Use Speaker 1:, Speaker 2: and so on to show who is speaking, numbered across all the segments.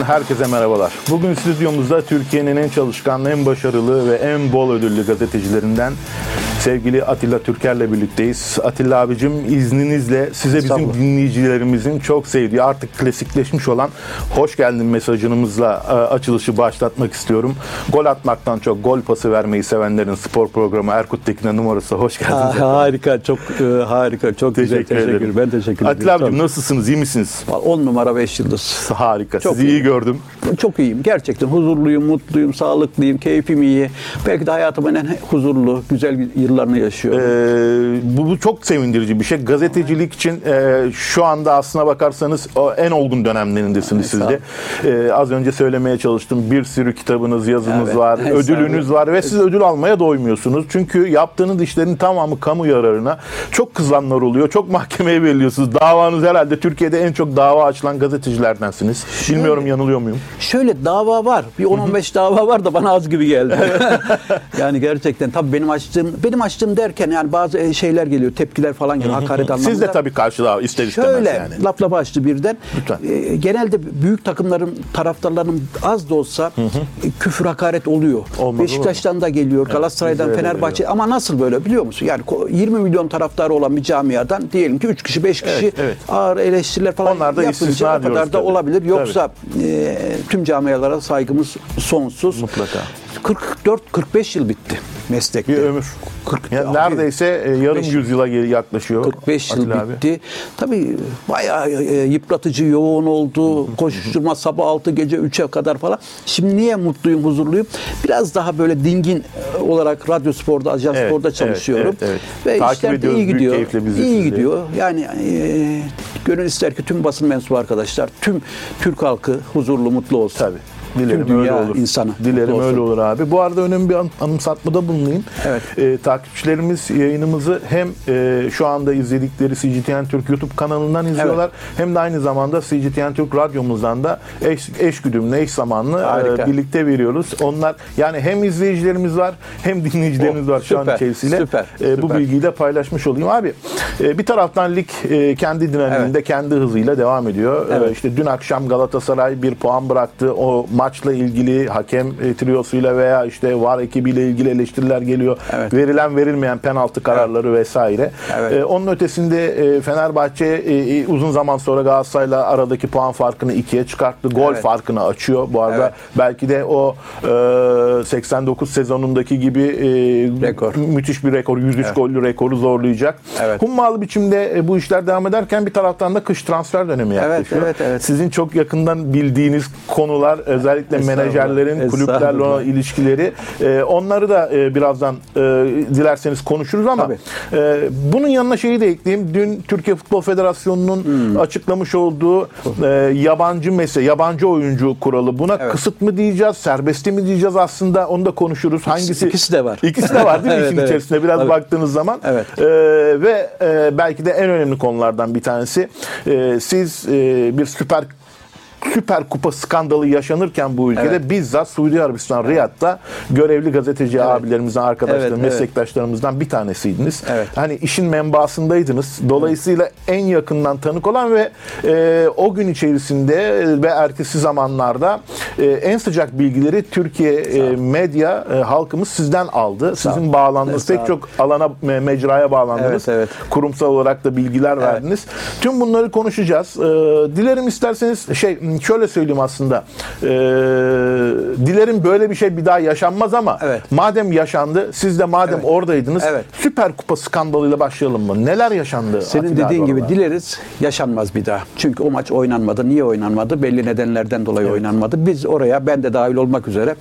Speaker 1: herkese merhabalar. Bugün stüdyomuzda Türkiye'nin en çalışkan, en başarılı ve en bol ödüllü gazetecilerinden sevgili Atilla Türker'le birlikteyiz. Atilla abicim, izninizle size bizim dinleyicilerimizin çok sevdiği, artık klasikleşmiş olan hoş geldin mesajımızla açılışı başlatmak istiyorum. Gol atmaktan çok gol pası vermeyi sevenlerin spor programı Erkut Tekin'e numarası. Hoş geldiniz.
Speaker 2: Harika, çok harika, çok güzel. Teşekkür. Ben teşekkür ederim.
Speaker 1: Atilla abicim, nasılsınız? İyi misiniz?
Speaker 2: 10 numara 5 yıldız.
Speaker 1: Harika.
Speaker 2: Çok
Speaker 1: Sizi iyi gördüm.
Speaker 2: Çok iyiyim. Gerçekten huzurluyum, mutluyum, sağlıklıyım, keyfim iyi. Belki de hayatımın en huzurlu, güzel yıllarını yaşıyorum.
Speaker 1: Bu çok sevindirici bir şey. Gazetecilik için şu anda aslına bakarsanız en olgun dönemlerindesiniz siz de. Az önce söylemeye çalıştım. Bir sürü kitabınız, yazınız var, ödülünüz var ve siz ödül almaya doymuyorsunuz. Çünkü yaptığınız işlerin tamamı kamu yararına. Çok kızanlar oluyor. Çok mahkemeye veriliyorsunuz. Davanız herhalde Türkiye'de en çok dava açılan gazetecilerdensiniz. Bilmiyorum, yanılıyor muyum?
Speaker 2: Şöyle dava var. Bir 10-15 dava var da bana az gibi geldi. Yani gerçekten tabii benim açtığım derken yani bazı şeyler geliyor, tepkiler falan geliyor, hakaret anlamında.
Speaker 1: Siz de tabii karşılığa ister istemez
Speaker 2: şöyle,
Speaker 1: yani.
Speaker 2: Laf açtı birden. Genelde büyük takımların taraftarlarının az da olsa küfür, hakaret oluyor. Beşiktaş'tan da geliyor, Galatasaray'dan, Fenerbahçe. Ama nasıl böyle biliyor musun? Yani 20 milyon taraftarı olan bir camiadan diyelim ki 3 kişi, 5 kişi ağır eleştiriler falan yapınca o kadar da olabilir. Yoksa tüm camialara saygımız sonsuz.
Speaker 1: Mutlaka.
Speaker 2: 44-45 yıl bitti meslekte.
Speaker 1: Bir ömür. Yani neredeyse yarım yüzyıla yaklaşıyor.
Speaker 2: 45 yıl bitti. Tabii bayağı yıpratıcı, yoğun oldu. Koşuşturma sabah 6 gece 3'e kadar falan. Şimdi niye mutluyum, huzurluyum? Biraz daha böyle dingin olarak Radyo Spor'da, Ajan Spor'da çalışıyorum. Ve işler de iyi gidiyor. İyi gidiyor. Yani gönül ister ki tüm basın mensubu arkadaşlar, tüm Türk halkı huzurlu, mutlu olsun.
Speaker 1: Tabii. Dilerim
Speaker 2: tüm dünya
Speaker 1: öyle olur.
Speaker 2: insanı.
Speaker 1: Dilerim öyle olur abi. Bu arada önemli bir anımsatmada bulunayım. Takipçilerimiz yayınımızı hem şu anda izledikleri CGTN Türk YouTube kanalından izliyorlar. Hem de aynı zamanda CGTN Türk radyomuzdan da eş güdümlü, eş zamanlı birlikte veriyoruz. Onlar yani hem izleyicilerimiz var hem dinleyicilerimiz var şu an içerisiyle.
Speaker 2: Süper.
Speaker 1: Bu bilgiyi de paylaşmış olayım abi. Bir taraftan lig kendi dinamiğinde, kendi hızıyla devam ediyor. İşte dün akşam Galatasaray bir puan bıraktı. O maçla ilgili hakem triosuyla veya işte VAR ekibiyle ilgili eleştiriler geliyor. Verilen verilmeyen penaltı kararları vesaire. Onun ötesinde Fenerbahçe uzun zaman sonra Galatasaray'la aradaki puan farkını 2'ye çıkarttı. Gol farkını açıyor. Bu arada belki de o 89 sezonundaki gibi müthiş bir rekor, 103 gollü rekoru zorlayacak. Hummalı biçimde bu işler devam ederken bir taraftan da kış transfer dönemi yaklaşıyor. Sizin çok yakından bildiğiniz konular, özellikle menajerlerin kulüplerle olan ilişkileri, onları da birazdan dilerseniz konuşuruz ama bunun yanına şeyi de ekleyeyim. Dün Türkiye Futbol Federasyonu'nun açıklamış olduğu yabancı oyuncu kuralı. Buna kısıt mı diyeceğiz, serbest mi diyeceğiz, aslında onu da konuşuruz. Hangisi?
Speaker 2: İkisi de var.
Speaker 1: İkisi de var değil mi işin içerisinde biraz baktığınız zaman. Ve belki de en önemli konulardan bir tanesi, siz bir Süper Kupa skandalı yaşanırken bu ülkede bizzat Suudi Arabistan Riyad'da görevli gazeteci abilerimizden, arkadaşlarımızdan, meslektaşlarımızdan bir tanesiydiniz. Hani işin menbaasındaydınız. Dolayısıyla en yakından tanık olan ve o gün içerisinde ve ertesi zamanlarda en sıcak bilgileri Türkiye medya halkımız sizden aldı. Sizin bağlandınız. Pek çok alana, mecraya bağlandınız. Kurumsal olarak da bilgiler verdiniz. Tüm bunları konuşacağız. Dilerim isterseniz şöyle söyleyeyim aslında. Dilerim böyle bir şey bir daha yaşanmaz ama madem yaşandı, siz de madem oradaydınız, Süper Kupa skandalıyla başlayalım mı? Neler yaşandı?
Speaker 2: Senin dediğin gibi dileriz yaşanmaz bir daha. Çünkü o maç oynanmadı. Niye oynanmadı? Belli nedenlerden dolayı oynanmadı. Biz oraya, ben de dahil olmak üzere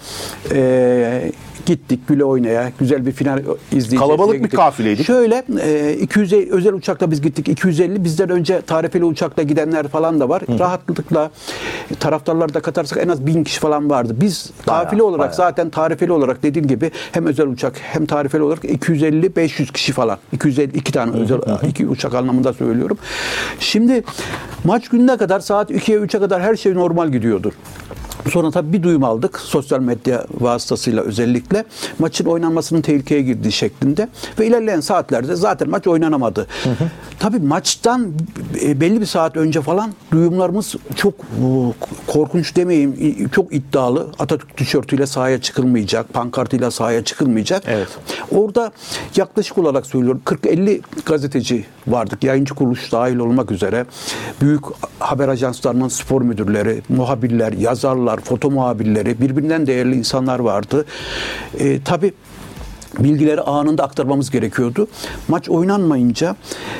Speaker 2: gittik güle oynaya. Güzel bir final izleyeceğiz.
Speaker 1: Kalabalık bir kafileydik.
Speaker 2: Şöyle 250 özel uçakla biz gittik. 250 bizden önce tarifeli uçakla gidenler falan da var. Rahatlıkla taraftarlar da katarsak en az 1000 kişi falan vardı. Biz kafile olarak zaten tarifeli olarak dediğim gibi hem özel uçak hem tarifeli olarak 250-500 kişi falan. 252 tane özel iki uçak anlamında söylüyorum. Şimdi maç gününe kadar saat 2'ye 3'e kadar her şey normal gidiyordu. Sonra tabii bir duyum aldık sosyal medya vasıtasıyla özellikle. Maçın oynanmasının tehlikeye girdiği şeklinde ve ilerleyen saatlerde zaten maç oynanamadı. Tabii maçtan belli bir saat önce falan duyumlarımız çok korkunç demeyeyim, çok iddialı. Atatürk tişörtüyle sahaya çıkılmayacak, pankartıyla sahaya çıkılmayacak.
Speaker 1: Evet.
Speaker 2: Orada yaklaşık olarak söylüyorum 40-50 gazeteci vardık. Yayıncı kuruluş dahil olmak üzere. Büyük haber ajanslarının spor müdürleri, muhabirler, yazarlar, foto muhabirleri, birbirinden değerli insanlar vardı. Tabii bilgileri anında aktarmamız gerekiyordu. Maç oynanmayınca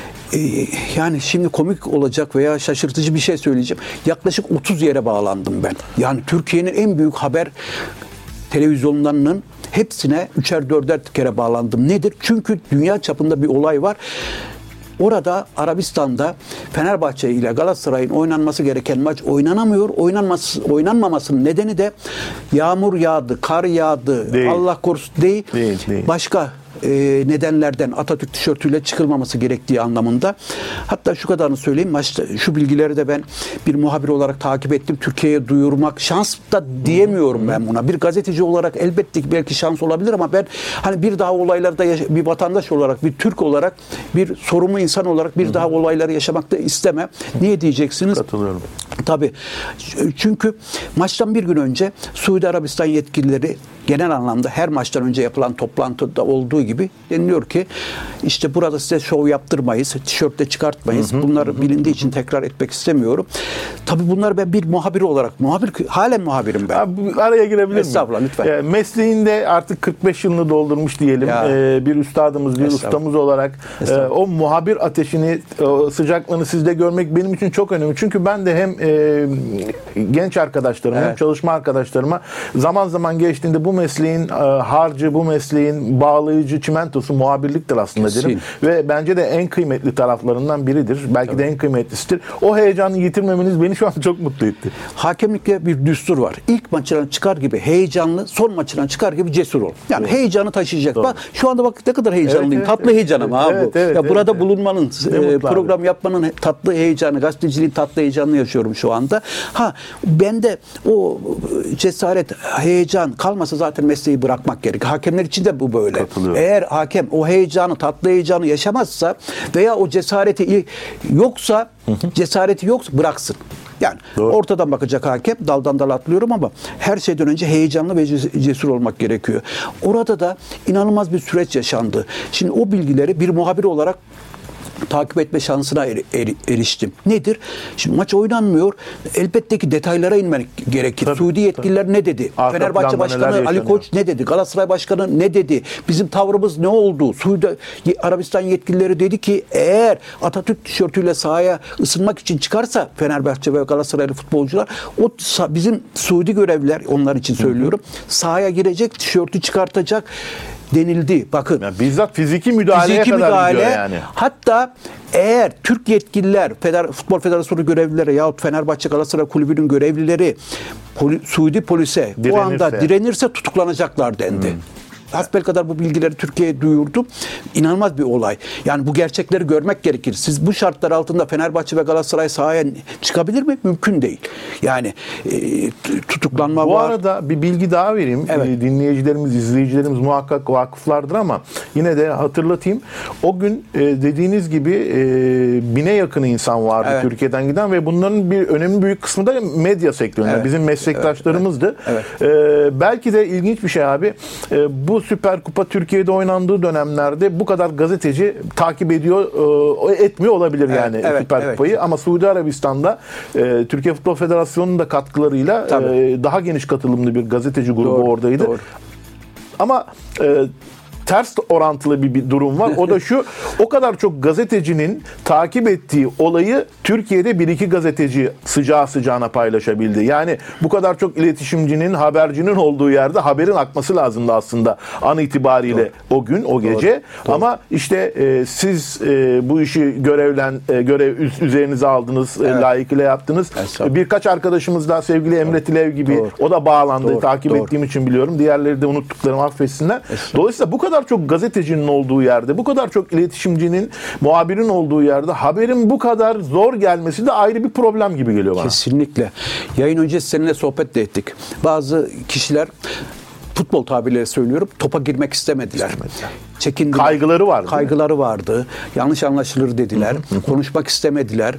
Speaker 2: yani şimdi komik olacak veya şaşırtıcı bir şey söyleyeceğim. Yaklaşık 30 yere bağlandım ben. Yani Türkiye'nin en büyük haber televizyonlarının hepsine 3'er 4'er kere bağlandım. Nedir? Çünkü dünya çapında bir olay var. Orada Arabistan'da Fenerbahçe ile Galatasaray'ın oynanması gereken maç oynanamıyor. Oynanmamasının nedeni de yağmur yağdı, kar yağdı,
Speaker 1: değil.
Speaker 2: Allah korusun değil. Başka nedenlerden Atatürk tişörtüyle çıkılmaması gerektiği anlamında. Hatta şu kadarını söyleyeyim. Maçta şu bilgileri de ben bir muhabir olarak takip ettim. Türkiye'ye duyurmak şans da diyemiyorum ben buna. Bir gazeteci olarak elbette ki belki şans olabilir ama ben hani bir daha olaylarda bir vatandaş olarak, bir Türk olarak, bir sorumlu insan olarak bir daha olayları yaşamak da istemem. Niye diyeceksiniz?
Speaker 1: Katılıyorum.
Speaker 2: Tabii. Çünkü maçtan bir gün önce Suudi Arabistan yetkilileri genel anlamda her maçtan önce yapılan toplantıda olduğu gibi deniliyor ki işte burada size şov yaptırmayız, tişörtle çıkartmayız. Bunlar bilindiği için tekrar etmek istemiyorum. Tabii bunları ben bir muhabir olarak, halen muhabirim ben.
Speaker 1: Abi, araya girebilir miyim?
Speaker 2: Estağfurullah lütfen.
Speaker 1: Mesleğinde artık 45 yılını doldurmuş diyelim. Bir üstadımız, bir ustamız olarak o muhabir ateşini, sıcaklığını sizde görmek benim için çok önemli. Çünkü ben de hem genç arkadaşlarıma hem çalışma arkadaşlarıma zaman zaman geçtiğinde bu mesleğin harcı, bu mesleğin bağlayıcı çimentosu muhabirliktir aslında derim. Ve bence de en kıymetli taraflarından biridir. Belki de en kıymetlisidir. O heyecanı yitirmemeniz beni şu an çok mutlu etti.
Speaker 2: Hakemlikte bir düstur var. İlk maçına çıkar gibi heyecanlı, son maçına çıkar gibi cesur ol. Yani heyecanı taşıyacak. Bak, şu anda bak ne kadar heyecanlıyım. Tatlı heyecan ama bu. Burada bulunmanın, program yapmanın tatlı heyecanı, gazeteciliğin tatlı heyecanını yaşıyorum şu anda. Bende o cesaret, heyecan kalmasa zaten mesleği bırakmak gerek. Hakemler için de bu böyle. Eğer hakem o heyecanı, tatlı heyecanı yaşamazsa veya o cesareti yoksa, bıraksın. Yani ortadan bakacak hakem, daldan dala atlıyorum ama her şeyden önce heyecanlı ve cesur olmak gerekiyor. Orada da inanılmaz bir süreç yaşandı. Şimdi o bilgileri bir muhabir olarak takip etme şansına eriştim. Nedir? Şimdi maç oynanmıyor. Elbette ki detaylara inmek gerekir. Suudi yetkililer ne dedi? Fenerbahçe Başkanı Ali Koç ne dedi? Galatasaray Başkanı ne dedi? Bizim tavrımız ne oldu? Suudi Arabistan yetkilileri dedi ki eğer Atatürk tişörtüyle sahaya ısınmak için çıkarsa Fenerbahçe ve Galatasaraylı futbolcular bizim Suudi görevliler, onlar için söylüyorum, sahaya girecek, tişörtü çıkartacak denildi. Bakın.
Speaker 1: Yani bizzat fiziki müdahaleye kadar gidiyor yani.
Speaker 2: Hatta eğer Türk yetkililer, Futbol Federasyonu görevlileri yahut Fenerbahçe Galatasaray Kulübü'nün görevlileri Suudi polise o anda direnirse tutuklanacaklar dendi. Hasbelkader bu bilgileri Türkiye'ye duyurdum. İnanılmaz bir olay. Yani bu gerçekleri görmek gerekir. Siz bu şartlar altında Fenerbahçe ve Galatasaray sahaya çıkabilir mi? Mümkün değil. Yani tutuklanma
Speaker 1: bu
Speaker 2: var.
Speaker 1: Bu arada bir bilgi daha vereyim. Dinleyicilerimiz, izleyicilerimiz muhakkak vakıflardır ama yine de hatırlatayım. O gün dediğiniz gibi 1000'e yakın insan vardı Türkiye'den giden ve bunların bir önemli büyük kısmı da medya sektöründe. Bizim meslektaşlarımızdı. Belki de ilginç bir şey abi. Bu Süper Kupa Türkiye'de oynandığı dönemlerde bu kadar gazeteci takip etmiyor olabilir yani Süper Kupayı. Ama Suudi Arabistan'da Türkiye Futbol Federasyonu'nun da katkılarıyla daha geniş katılımlı bir gazeteci grubu oradaydı. Ama ters orantılı bir durum var. O da şu, o kadar çok gazetecinin takip ettiği olayı Türkiye'de bir iki gazeteci sıcağı sıcağına paylaşabildi. Yani bu kadar çok iletişimcinin, habercinin olduğu yerde haberin akması lazımdı aslında an itibariyle o gün, o gece. Ama işte siz bu işi görev üzerinize aldınız, layıkıyla yaptınız. Birkaç arkadaşımız daha, sevgili Emre Tilev gibi, o da bağlandı. Takip ettiğim için biliyorum. Diğerleri de unuttuklarımı affetsinler. Dolayısıyla bu kadar kadar çok gazetecinin olduğu yerde, bu kadar çok iletişimcinin, muhabirin olduğu yerde haberin bu kadar zor gelmesi de ayrı bir problem gibi geliyor bana.
Speaker 2: Kesinlikle. Yayın öncesi seninle sohbet de ettik. Bazı kişiler, futbol tabirleri söylüyorum, topa girmek istemediler. Çekindiler.
Speaker 1: Kaygıları vardı.
Speaker 2: Kaygıları vardı. Yanlış anlaşılır dediler. Konuşmak istemediler.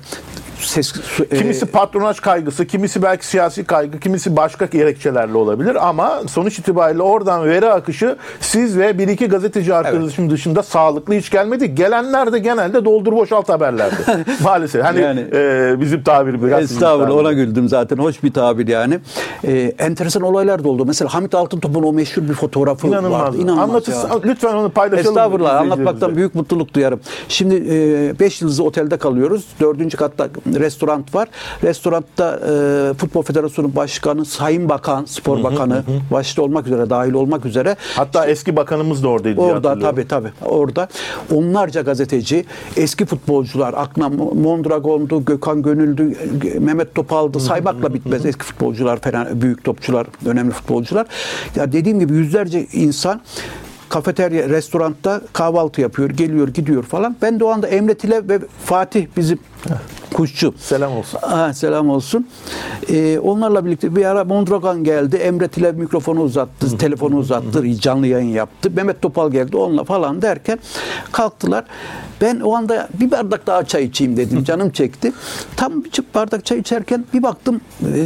Speaker 1: Kimisi patronaj kaygısı, kimisi belki siyasi kaygı, kimisi başka gerekçelerle olabilir ama sonuç itibariyle oradan veri akışı siz ve bir iki gazeteci arkadaşım dışında sağlıklı hiç gelmedi. Gelenler de genelde doldur boşalt haberlerdi. Maalesef. Hani
Speaker 2: yani,
Speaker 1: bizim tabir biraz.
Speaker 2: Estağfurullah, ona güldüm zaten. Hoş bir tabir yani. Enteresan olaylar da oldu. Mesela Hamit Altıntop'un o meşhur bir fotoğrafı vardı. İnanılmaz ya.
Speaker 1: Lütfen onu paylaşalım.
Speaker 2: Estağfurullah. Anlatmaktan büyük mutluluk duyarım. Şimdi 5 yıldızlı otelde kalıyoruz. 4. katta restoran var. Restoranda Futbol Federasyonu Başkanı, Sayın Bakan, Spor Bakanı başta olmak üzere, dahil olmak üzere.
Speaker 1: Hatta eski bakanımız da oradaydı.
Speaker 2: Orada tabii. Orada onlarca gazeteci, eski futbolcular, aklına Mondragon'du, Gökhan Gönül'dü, Mehmet Topal'dı, saymakla bitmez eski futbolcular falan, büyük topçular, önemli futbolcular. Ya dediğim gibi yüzlerce insan kafeterya, restoranda kahvaltı yapıyor, geliyor, gidiyor falan. Ben de o anda Emre Tile ve Fatih bizim kuşçu.
Speaker 1: Selam olsun.
Speaker 2: Selam olsun. Onlarla birlikte bir ara Mondragon geldi. Emre Tile mikrofonu uzattı, telefonu uzattı, canlı yayın yaptı. Mehmet Topal geldi onunla falan derken kalktılar. Ben o anda bir bardak daha çay içeyim dedim. Canım çekti. Tam bir bardak çay içerken bir baktım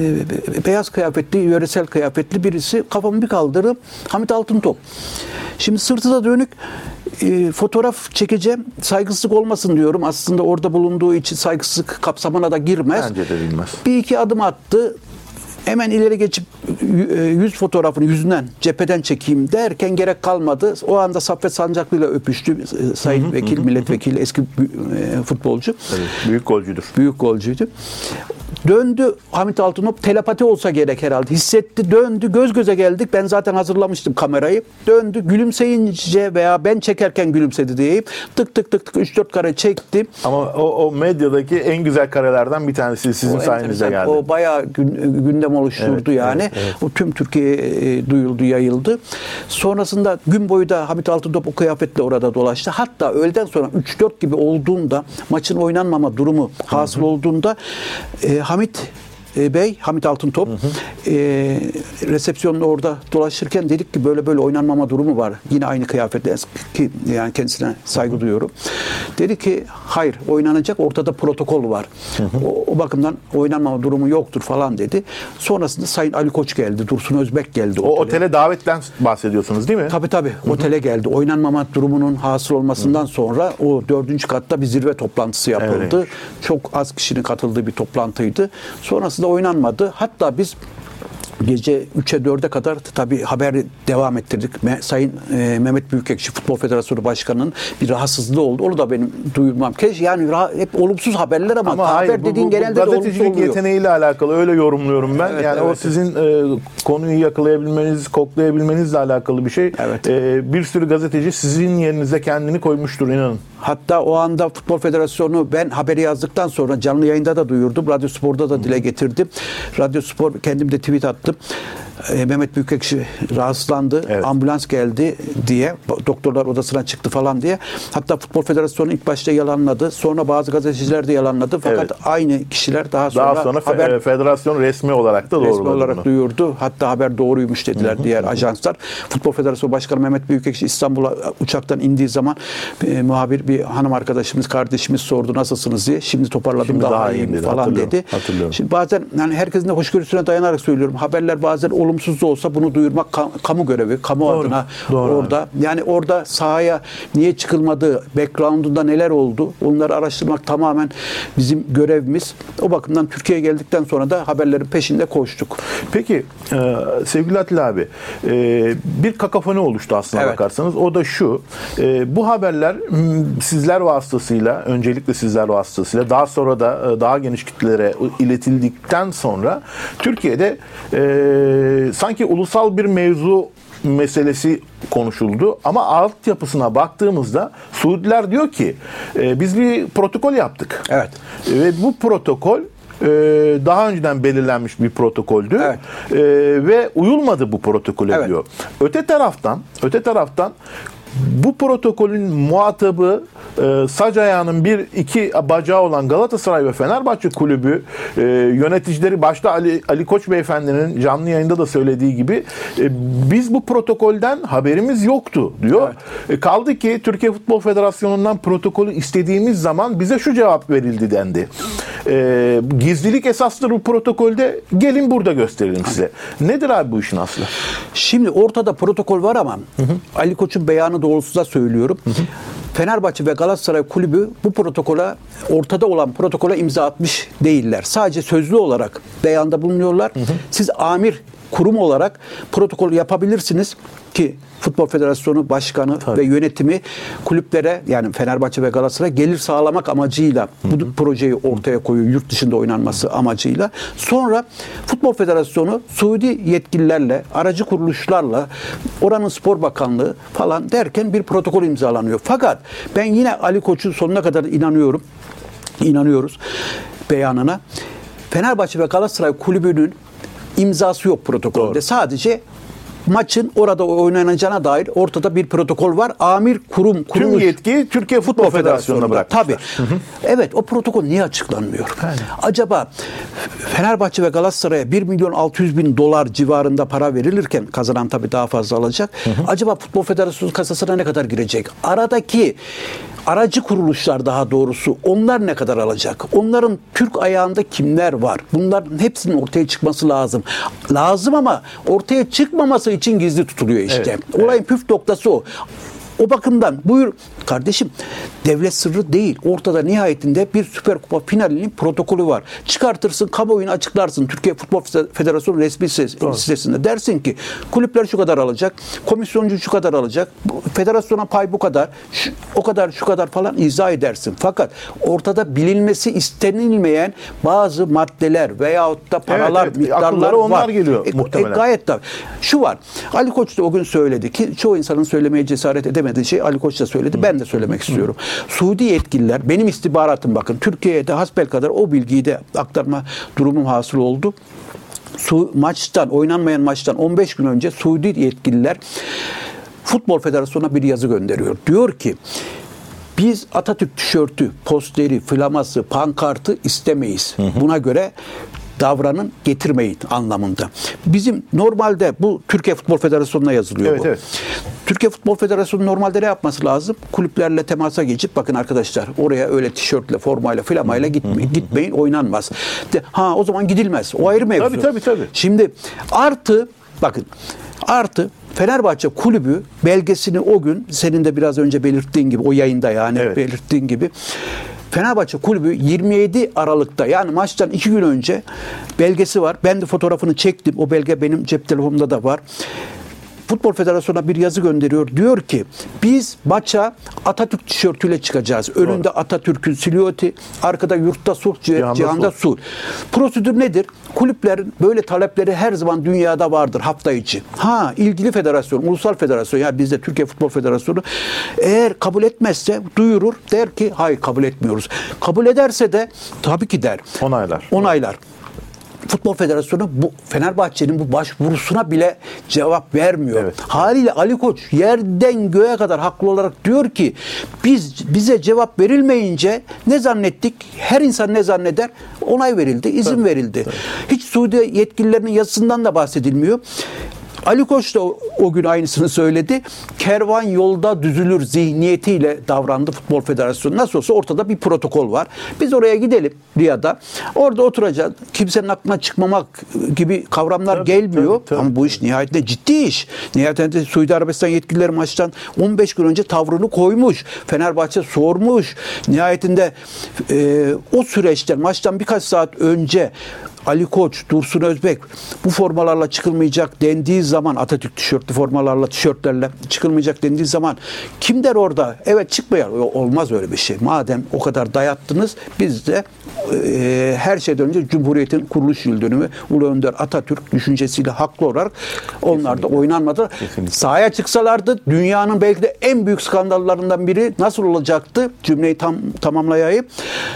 Speaker 2: beyaz kıyafetli, yöresel kıyafetli birisi kafamı bir kaldırıp Hamit Altıntop. Şimdi sırtı da dönük fotoğraf çekeceğim. Saygısızlık olmasın diyorum. Aslında orada bulunduğu için saygısızlık kapsamına da girmez.
Speaker 1: Bence de bilmez.
Speaker 2: Bir iki adım attı. Hemen ileri geçip yüz fotoğrafını yüzünden cepheden çekeyim derken gerek kalmadı. O anda Saffet Sancaklı ile öpüştü. Sayın Vekil, milletvekili, eski futbolcu.
Speaker 1: Evet, büyük golcüdür.
Speaker 2: Büyük golcüydü. Döndü Hamit Altıntop, telepati olsa gerek herhalde. Hissetti, döndü, göz göze geldik. Ben zaten hazırlamıştım kamerayı. Döndü, gülümseyince veya ben çekerken gülümsedi diyeyim. Tık 3-4 kare çektim.
Speaker 1: Ama o medyadaki en güzel karelerden bir tanesi sizin sayenizde geldi.
Speaker 2: O bayağı gündem oluşturdu yani. Evet. O tüm Türkiye'ye duyuldu, yayıldı. Sonrasında gün boyu da Hamit Altıntop o kıyafetle orada dolaştı. Hatta öğleden sonra 3-4 gibi olduğunda, maçın oynanmama durumu hasıl olduğunda Hamit Bey, Hamit Altıntop resepsiyonda orada dolaşırken dedik ki böyle oynanmama durumu var. Yine aynı kıyafetle, ki yani kendisine saygı duyuyorum. Dedi ki hayır, oynanacak, ortada protokol var. O bakımdan oynanmama durumu yoktur falan dedi. Sonrasında Sayın Ali Koç geldi, Dursun Özbek geldi.
Speaker 1: O otele davetten bahsediyorsunuz değil mi?
Speaker 2: Tabii. Otele geldi. Oynanmama durumunun hasıl olmasından sonra o 4. katta bir zirve toplantısı yapıldı. Evet. Çok az kişinin katıldığı bir toplantıydı. Sonrasında oynanmadı. Hatta biz gece 3'e 4'e kadar tabii haberi devam ettirdik. Sayın Mehmet Büyükekşi Futbol Federasyonu Başkanı'nın bir rahatsızlığı oldu. Onu da benim duyurmam. Yani hep olumsuz haberler ama haber dediğin genelde de olumsuz oluyor.
Speaker 1: Gazetecilik yeteneğiyle alakalı öyle yorumluyorum ben. Evet, yani o sizin konuyu yakalayabilmeniz, koklayabilmenizle alakalı bir şey. Evet. Bir sürü gazeteci sizin yerinize kendini koymuştur, inanın.
Speaker 2: Hatta o anda Futbol Federasyonu, ben haberi yazdıktan sonra canlı yayında da duyurdum. Radyo Spor'da da dile getirdim. Radyo Spor, kendim de tweet attım. Mehmet Büyükekşi rahatsızlandı. Evet. Ambulans geldi diye. Doktorlar odasına çıktı falan diye. Hatta Futbol Federasyonu ilk başta yalanladı. Sonra bazı gazeteciler de yalanladı. Fakat aynı kişiler daha sonra
Speaker 1: federasyon resmi olarak da doğruladı.
Speaker 2: Resmi olarak duyurdu. Hatta haber doğruymuş dediler diğer ajanslar. Futbol Federasyonu Başkanı Mehmet Büyükekşi İstanbul'a uçaktan indiği zaman muhabir bir hanım arkadaşımız, kardeşimiz sordu nasılsınız diye. Şimdi toparladım, daha iyiyim falan dedi. Şimdi bazen yani herkesin de hoşgörüsüne dayanarak söylüyorum. Haberler bazen olumsuz da olsa bunu duyurmak kamu görevi, kamu adına orada. Yani orada sahaya niye çıkılmadığı, background'unda neler oldu, onları araştırmak tamamen bizim görevimiz. O bakımdan Türkiye'ye geldikten sonra da haberlerin peşinde koştuk.
Speaker 1: Peki sevgili Atilla abi, bir kakafoni oluştu aslına bakarsanız. O da şu, bu haberler sizler vasıtasıyla, öncelikle sizler vasıtasıyla, daha sonra da daha geniş kitlelere iletildikten sonra Türkiye'de sanki ulusal bir mevzu meselesi konuşuldu ama altyapısına baktığımızda Suudiler diyor ki biz bir protokol yaptık. Evet. Ve bu protokol daha önceden belirlenmiş bir protokoldü. Evet. Ve uyulmadı bu protokole diyor. Öte taraftan Bu protokolün muhatabı sac ayağının bir iki bacağı olan Galatasaray ve Fenerbahçe kulübü yöneticileri, başta Ali Koç beyefendinin canlı yayında da söylediği gibi biz bu protokolden haberimiz yoktu diyor. Evet. Kaldı ki Türkiye Futbol Federasyonu'ndan protokolü istediğimiz zaman bize şu cevap verildi dendi. Gizlilik esastır bu protokolde, gelin burada gösterelim size. Nedir abi bu işin aslı?
Speaker 2: Şimdi ortada protokol var ama Ali Koç'un beyanı doğrultusunda söylüyorum. Fenerbahçe ve Galatasaray kulübü bu protokola, ortada olan protokola imza atmış değiller. Sadece sözlü olarak beyanda bulunuyorlar. Siz amir kurum olarak protokolü yapabilirsiniz ki Futbol Federasyonu Başkanı ve yönetimi kulüplere, yani Fenerbahçe ve Galatasaray gelir sağlamak amacıyla bu projeyi ortaya koyuyor, yurt dışında oynanması amacıyla. Sonra Futbol Federasyonu Suudi yetkililerle, aracı kuruluşlarla, oranın Spor Bakanlığı falan derken bir protokol imzalanıyor. Fakat ben yine Ali Koç'un sonuna kadar inanıyoruz beyanına. Fenerbahçe ve Galatasaray kulübünün imzası yok protokolde. Doğru. Sadece maçın orada oynanacağına dair ortada bir protokol var. Amir kurum kuruluş.
Speaker 1: Tüm yetki Türkiye Futbol Federasyonu'na bırakmışlar.
Speaker 2: Tabii. Evet, o protokol niye açıklanmıyor? Aynen. Acaba Fenerbahçe ve Galatasaray'a 1.600.000 dolar civarında para verilirken, kazanan tabii daha fazla alacak. Acaba Futbol Federasyonu kasasına ne kadar girecek? Aradaki aracı kuruluşlar, daha doğrusu, onlar ne kadar alacak? Onların Türk ayağında kimler var? Bunların hepsinin ortaya çıkması lazım. Lazım ama ortaya çıkmaması için gizli tutuluyor işte. Evet, olayın püf noktası o. O bakımdan buyur kardeşim, devlet sırrı değil. Ortada nihayetinde bir Süper Kupa finalinin protokolü var. Çıkartırsın, kamuoyuna açıklarsın. Türkiye Futbol Federasyonu resmi sitesinde dersin ki kulüpler şu kadar alacak, komisyoncu şu kadar alacak, federasyona pay bu kadar, o kadar, şu kadar falan izah edersin. Fakat ortada bilinmesi istenilmeyen bazı maddeler veyahut da paralar, miktarlar
Speaker 1: onlar
Speaker 2: var.
Speaker 1: Geliyor muhtemelen.
Speaker 2: Gayet tabii. Şu var. Ali Koç da o gün söyledi ki çoğu insanın söylemeye cesaret edemediği şey Ali Koç da söyledi. Ben de söylemek istiyorum. Suudi yetkililer, benim istihbaratım, bakın Türkiye'de hasbelkader o bilgiyi de aktarma durumum hasıl oldu. Oynanmayan maçtan 15 gün önce Suudi yetkililer Futbol Federasyonu'na bir yazı gönderiyor. Diyor ki biz Atatürk tişörtü, posteri, flaması, pankartı istemeyiz. Buna göre davranın, getirmeyin anlamında. Bizim normalde bu Türkiye Futbol Federasyonu'na yazılıyor. Evet, bu. Evet. Türkiye Futbol Federasyonu normalde ne yapması lazım? Kulüplerle temasa geçip bakın arkadaşlar oraya öyle tişörtle, formayla, flamayla gitmeyin, oynanmaz. O zaman gidilmez. O ayrı mevzu.
Speaker 1: Tabii.
Speaker 2: Şimdi artı Fenerbahçe kulübü belgesini o gün senin de biraz önce belirttiğin gibi, o yayında yani belirttiğin gibi, Fenerbahçe kulübü 27 Aralık'ta, yani maçtan 2 gün önce belgesi var. Ben de fotoğrafını çektim. O belge benim cep telefonumda da var. Futbol Federasyonu'na bir yazı gönderiyor. Diyor ki biz maça Atatürk tişörtüyle çıkacağız. Önünde Atatürk'ün silüeti, arkada yurtta sulh, cihanda sulh. Prosedür nedir? Kulüplerin böyle talepleri her zaman dünyada vardır hafta içi. İlgili federasyon, ulusal federasyon, yani bizde Türkiye Futbol Federasyonu eğer kabul etmezse duyurur, der ki hayır kabul etmiyoruz. Kabul ederse de tabii ki der. Onaylar. Futbol Federasyonu bu Fenerbahçe'nin bu başvurusuna bile cevap vermiyor. Evet. Haliyle Ali Koç yerden göğe kadar haklı olarak diyor ki bize cevap verilmeyince ne zannettik? Her insan ne zanneder? Onay verildi, izin verildi. Tabii. Hiç Suudi yetkililerinin yazısından da bahsedilmiyor. Ali Koç da o gün aynısını söyledi. Kervan yolda düzülür zihniyetiyle davrandı Futbol Federasyonu. Nasıl olsa ortada bir protokol var. Biz oraya gidelim Riyad'a. Orada oturacağız. Kimsenin aklına çıkmamak gibi kavramlar gelmiyor. Tabii. Ama bu iş nihayetinde ciddi iş. Nihayetinde Suudi Arabistan yetkilileri maçtan 15 gün önce tavrını koymuş. Fenerbahçe sormuş. Nihayetinde o süreçten, maçtan birkaç saat önce Ali Koç, Dursun Özbek bu formalarla çıkılmayacak dendiği zaman, Atatürk tişörtlü formalarla, tişörtlerle çıkılmayacak dendiği zaman kim der orada? Evet, çıkmayalım. Olmaz öyle bir şey. Madem o kadar dayattınız, biz de her şeyden önce Cumhuriyet'in kuruluş yıl dönümü, Ulu Önder Atatürk düşüncesiyle haklı olarak onlar da oynanmadı. Sahaya çıksalardı dünyanın belki de en büyük skandallarından biri nasıl olacaktı? Cümleyi tamamlayayım.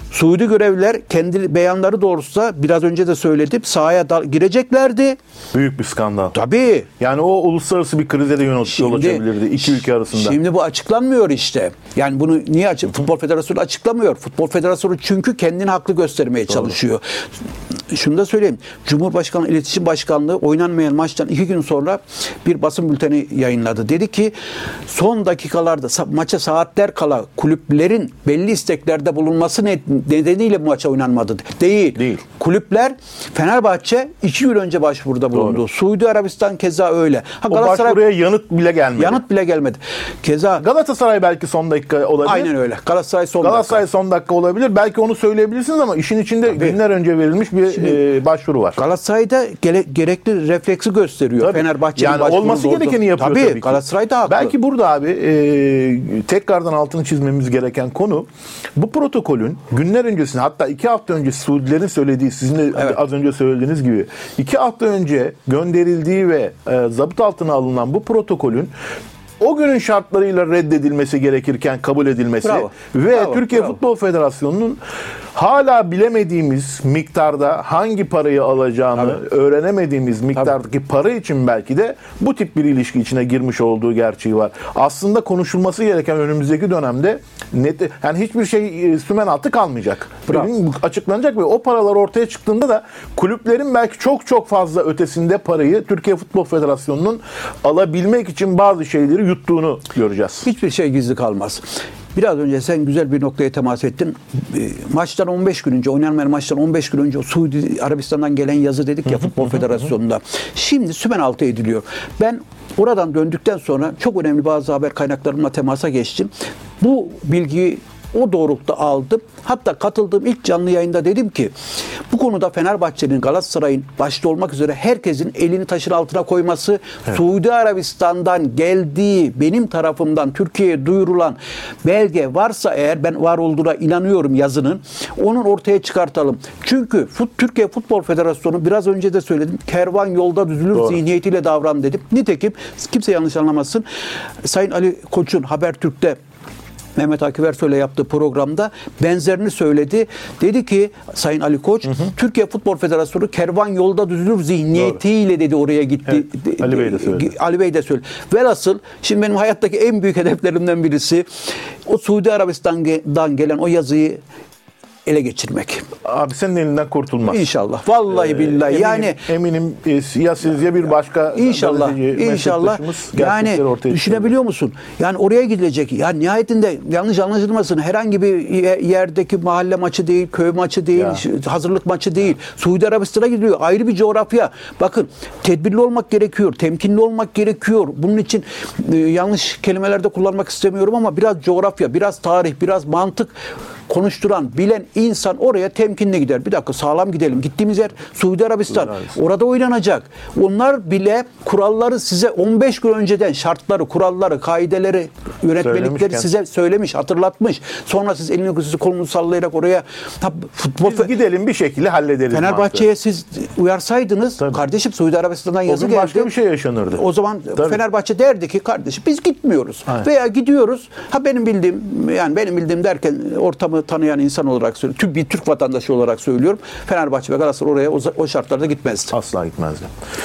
Speaker 2: Suudi görevliler kendi beyanları doğrultusunda biraz önce de söyledim sahaya gireceklerdi.
Speaker 1: Büyük bir skandal.
Speaker 2: Tabii.
Speaker 1: Yani o uluslararası bir krize de yol açabilirdi iki ülke arasında.
Speaker 2: Şimdi bu açıklanmıyor işte. Yani bunu niye Futbol Federasyonu açıklamıyor? Futbol Federasyonu çünkü kendini haklı göstermeye çalışıyor. Şunu da söyleyeyim. Cumhurbaşkanı İletişim Başkanlığı oynanmayan maçtan 2 gün sonra bir basın bülteni yayınladı. Dedi ki son dakikalarda maça saatler kala kulüplerin belli isteklerde bulunması nedeniyle bu maça oynanmadı. Değil. Kulüpler Fenerbahçe 2 gün önce başvuruda bulundu. Doğru. Suudi Arabistan keza öyle.
Speaker 1: O başvuruya yanıt bile gelmedi.
Speaker 2: Keza
Speaker 1: Galatasaray belki son dakika olabilir.
Speaker 2: Aynen öyle. Galatasaray son dakika
Speaker 1: olabilir. Belki onu söyleyebilirsiniz ama işin içinde günler önce verilmiş bir başvuru var.
Speaker 2: Galatasaray'da gerekli refleksi gösteriyor. Fenerbahçe'nin
Speaker 1: yani olması gerekeni yapıyor tabii ki.
Speaker 2: Galatasaray da haklı.
Speaker 1: Belki burada abi tekrardan altını çizmemiz gereken konu bu protokolün günler öncesinde hatta 2 hafta önce Suudilerin söylediği sizin de az önce söylediğiniz gibi 2 hafta önce gönderildiği ve zabıt altına alınan bu protokolün o günün şartlarıyla reddedilmesi gerekirken kabul edilmesi ve Türkiye Futbol Federasyonu'nun hala bilemediğimiz miktarda hangi parayı alacağını öğrenemediğimiz miktardaki para için belki de bu tip bir ilişki içine girmiş olduğu gerçeği var. Aslında konuşulması gereken önümüzdeki dönemde yani hiçbir şey sümen altı kalmayacak. Açıklanacak ve o paralar ortaya çıktığında da kulüplerin belki çok fazla ötesinde parayı Türkiye Futbol Federasyonu'nun alabilmek için bazı şeyleri yuttuğunu göreceğiz.
Speaker 2: Hiçbir şey gizli kalmaz. Biraz önce sen güzel bir noktaya temas ettin. Maçtan 15 gün önce, oynanmayan maçtan 15 gün önce o Suudi Arabistan'dan gelen yazı dedik ya Futbol Federasyonu'nda. Şimdi sümen altı ediliyor. Ben oradan döndükten sonra çok önemli bazı haber kaynaklarımla temasa geçtim. Bu bilgiyi o doğrultuda aldım. Hatta katıldığım ilk canlı yayında dedim ki bu konuda Fenerbahçe'nin, Galatasaray'ın başta olmak üzere herkesin elini taşın altına koyması, Suudi Arabistan'dan geldiği benim tarafımdan Türkiye'ye duyurulan belge varsa eğer ben var olduğuna inanıyorum yazının. Onun ortaya çıkartalım. Çünkü Türkiye Futbol Federasyonu biraz önce de söyledim. Kervan yolda düzülür zihniyetiyle davran dedim. Nitekim kimse yanlış anlamasın. Sayın Ali Koç'un Habertürk'te Mehmet Akif Ersoy'la yaptığı programda benzerini söyledi. Dedi ki Sayın Ali Koç, Türkiye Futbol Federasyonu kervan yolda düzülür zihniyetiyle dedi oraya gitti.
Speaker 1: Evet, Ali Bey de söyledi.
Speaker 2: Ali Bey de söyledi. Velhasıl şimdi benim hayattaki en büyük hedeflerimden birisi o Suudi Arabistan'dan gelen o yazıyı ele geçirmek.
Speaker 1: Abi senin elinden kurtulmaz.
Speaker 2: İnşallah. Vallahi billahi.
Speaker 1: Eminim ya siz ya bir başka
Speaker 2: İnşallah. Yani düşünebiliyor musun? Yani oraya gidilecek. Yani nihayetinde yanlış anlaşılmasın. Herhangi bir yerdeki mahalle maçı değil, köy maçı değil, hazırlık maçı değil. Suudi Arabistan'a gidiliyor. Ayrı bir coğrafya. Bakın tedbirli olmak gerekiyor. Temkinli olmak gerekiyor. Bunun için yanlış kelimelerde kullanmak istemiyorum ama biraz coğrafya, biraz tarih, biraz mantık konuşturan, bilen insan oraya temkinli gider. Bir dakika sağlam gidelim. Gittiğimiz yer Suudi Arabistan. Orada oynanacak. Onlar bile kuralları size 15 gün önceden şartları, kuralları, kaideleri, yönetmelikleri size söylemiş, hatırlatmış. Sonra siz elinizi kolunuzu sallayarak oraya
Speaker 1: biz gidelim bir şekilde hallederiz.
Speaker 2: Fenerbahçe'ye siz uyarsaydınız kardeşim Suudi Arabistan'dan yazı geldi.
Speaker 1: Başka bir şey yaşanırdı.
Speaker 2: O zaman Fenerbahçe derdi ki kardeşim biz gitmiyoruz. Veya gidiyoruz. Benim bildiğim derken ortamı tanıyan insan olarak söylüyorum. Bir Türk vatandaşı olarak söylüyorum. Fenerbahçe ve Galatasaray oraya o şartlarda gitmezdi.
Speaker 1: Asla gitmezdi.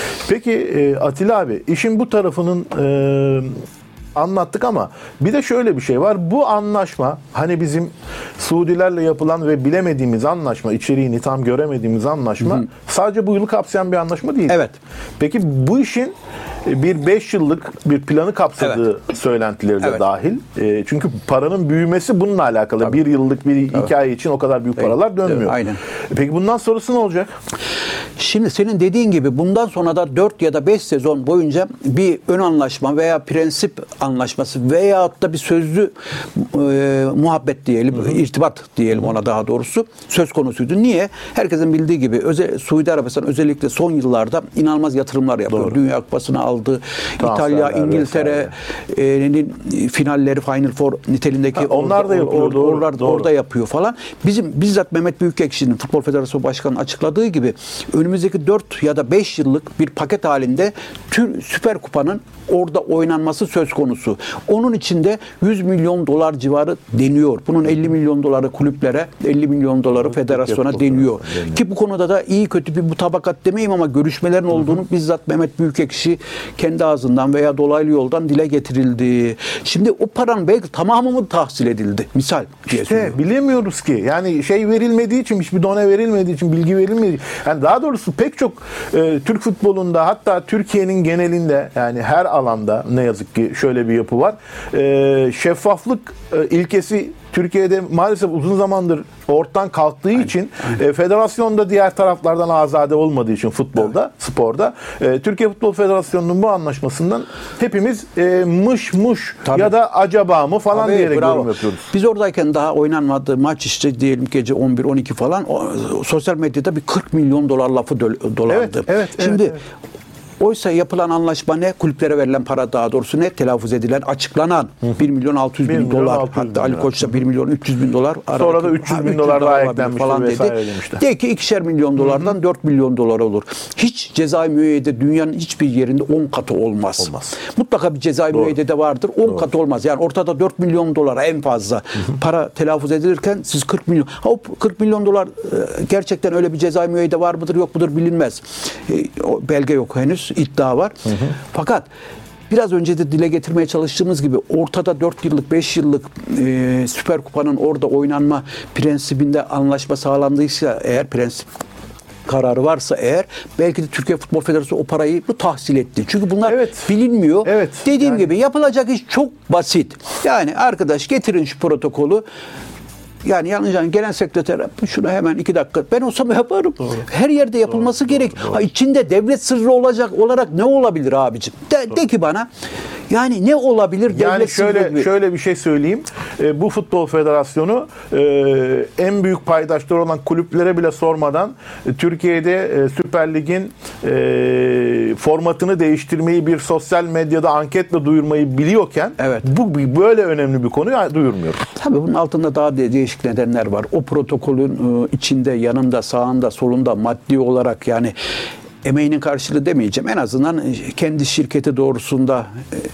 Speaker 1: Peki Atilla abi işin bu tarafının anlattık ama bir de şöyle bir şey var. Bu anlaşma hani bizim Suudilerle yapılan ve bilemediğimiz anlaşma, içeriğini tam göremediğimiz anlaşma sadece bu yılı kapsayan bir anlaşma değil.
Speaker 2: Evet.
Speaker 1: Peki bu işin bir 5 yıllık bir planı kapsadığı söylentileri de dahil. Çünkü paranın büyümesi bununla alakalı. Tabii. 1 yıllık bir hikaye için o kadar büyük paralar dönmüyor.
Speaker 2: Aynen.
Speaker 1: Peki bundan sonrası ne olacak?
Speaker 2: Şimdi senin dediğin gibi bundan sonra da 4 ya da 5 sezon boyunca bir ön anlaşma veya prensip anlaşması veyahut da bir sözlü muhabbet diyelim, irtibat diyelim ona daha doğrusu söz konusuydu. Niye? Herkesin bildiği gibi Suudi Arabistan özellikle son yıllarda inanılmaz yatırımlar yapıyor. Doğru. Dünya Kupası'nı aldı. İtalya, İngiltere'nin finalleri Final Four niteliğindeki
Speaker 1: onlar da yapıyor.
Speaker 2: Orada yapıyor falan. Bizzat Mehmet Büyükekşi'nin Futbol Federasyonu Başkanı açıkladığı gibi önümüzdeki 4 ya da 5 yıllık bir paket halinde Süper Kupa'nın orada oynanması söz konusu. konusu. Onun içinde 100 milyon dolar civarı deniyor. Bunun 50 milyon doları kulüplere, 50 milyon doları federasyona deniyor. Ki bu konuda da iyi kötü bir mutabakat demeyeyim ama görüşmelerin olduğunu bizzat Mehmet Büyükekşi kendi ağzından veya dolaylı yoldan dile getirildi. Şimdi o paranın belki tamamı mı tahsil edildi? Misal diye söylüyorum.
Speaker 1: Bilemiyoruz ki. Yani şey verilmediği için, hiçbir done verilmediği için, bilgi verilmediği için. Yani daha doğrusu pek çok Türk futbolunda, hatta Türkiye'nin genelinde, yani her alanda ne yazık ki şöyle bir yapı var. Şeffaflık ilkesi Türkiye'de maalesef uzun zamandır ortadan kalktığı için federasyonda diğer taraflardan azade olmadığı için futbolda, sporda Türkiye Futbol Federasyonu'nun bu anlaşmasından hepimiz mış ya da acaba mı falan diyerek yorum yapıyoruz.
Speaker 2: Biz oradayken daha oynanmadı maç işte diyelim gece 11-12 falan sosyal medyada bir 40 milyon dolar lafı dolandı. Şimdi oysa yapılan anlaşma ne? Kulüplere verilen para, daha doğrusu ne? Telaffuz edilen, açıklanan 1 milyon 600 bin dolar. Hatta Ali Koç'ta 1 milyon 300 bin dolar.
Speaker 1: Sonra da 300 bin dolar daha eklenmiş falan dedi.
Speaker 2: De ki 2'şer milyon dolardan 4 milyon dolar olur. Hiç ceza-i müeyyide dünyanın hiçbir yerinde 10 katı olmaz. Mutlaka bir ceza-i müeyyide vardır. 10 katı olmaz. Yani ortada 4 milyon dolara en fazla para telaffuz edilirken siz 40 milyon. O 40 milyon dolar gerçekten öyle bir ceza-i müeyyide var mıdır yok mudur bilinmez. Belge yok henüz. İddia var. Fakat biraz önce de dile getirmeye çalıştığımız gibi ortada 4 yıllık 5 yıllık Süper Kupa'nın orada oynanma prensibinde anlaşma sağlandıysa eğer, prensip kararı varsa eğer, belki de Türkiye Futbol Federasyonu o parayı tahsil etti. Çünkü bunlar bilinmiyor. Dediğim gibi yapılacak iş çok basit. Yani arkadaş getirin şu protokolü. Yani yalnız genel sekreter şuna hemen 2 dakika. Ben olsam yaparım. Her yerde yapılması gerek. İçinde devlet sırrı olarak ne olabilir abicim? De ki bana. Yani ne olabilir devlet
Speaker 1: yani
Speaker 2: sırrı?
Speaker 1: Şöyle bir şey söyleyeyim. Bu Futbol Federasyonu en büyük paydaşları olan kulüplere bile sormadan Türkiye'de Süper Lig'in formatını değiştirmeyi bir sosyal medyada anketle duyurmayı biliyorken bu böyle önemli bir konuyu duyurmuyor.
Speaker 2: Tabii bunun altında daha değişik nedenler var. O protokolün içinde, yanında, sağında, solunda maddi olarak yani emeğinin karşılığı demeyeceğim. En azından kendi şirketi doğrusunda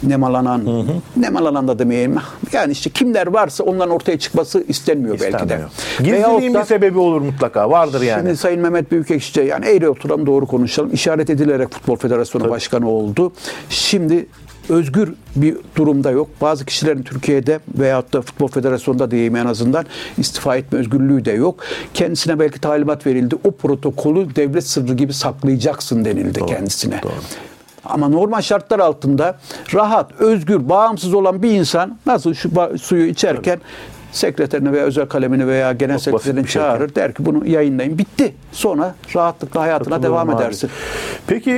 Speaker 2: nemalanan da demeyelim. Yani işte kimler varsa onların ortaya çıkması istenmiyor belki de.
Speaker 1: Gizliliğin bir sebebi olur mutlaka. Vardır yani.
Speaker 2: Şimdi Sayın Mehmet Büyükekşi yani eğri oturalım doğru konuşalım. İşaret edilerek Futbol Federasyonu Başkanı oldu. Şimdi özgür bir durumda yok. Bazı kişilerin Türkiye'de veyahut da Futbol Federasyonu'nda diyeyim en azından istifa etme özgürlüğü de yok. Kendisine belki talimat verildi. O protokolü devlet sırrı gibi saklayacaksın denildi kendisine. Doğru. Ama normal şartlar altında rahat, özgür, bağımsız olan bir insan nasıl şu suyu içerken sekreterini veya özel kalemini veya genel sekreterini çağırır, der ki bunu yayınlayın, bitti. Sonra rahatlıkla hayatına devam edersin.
Speaker 1: Peki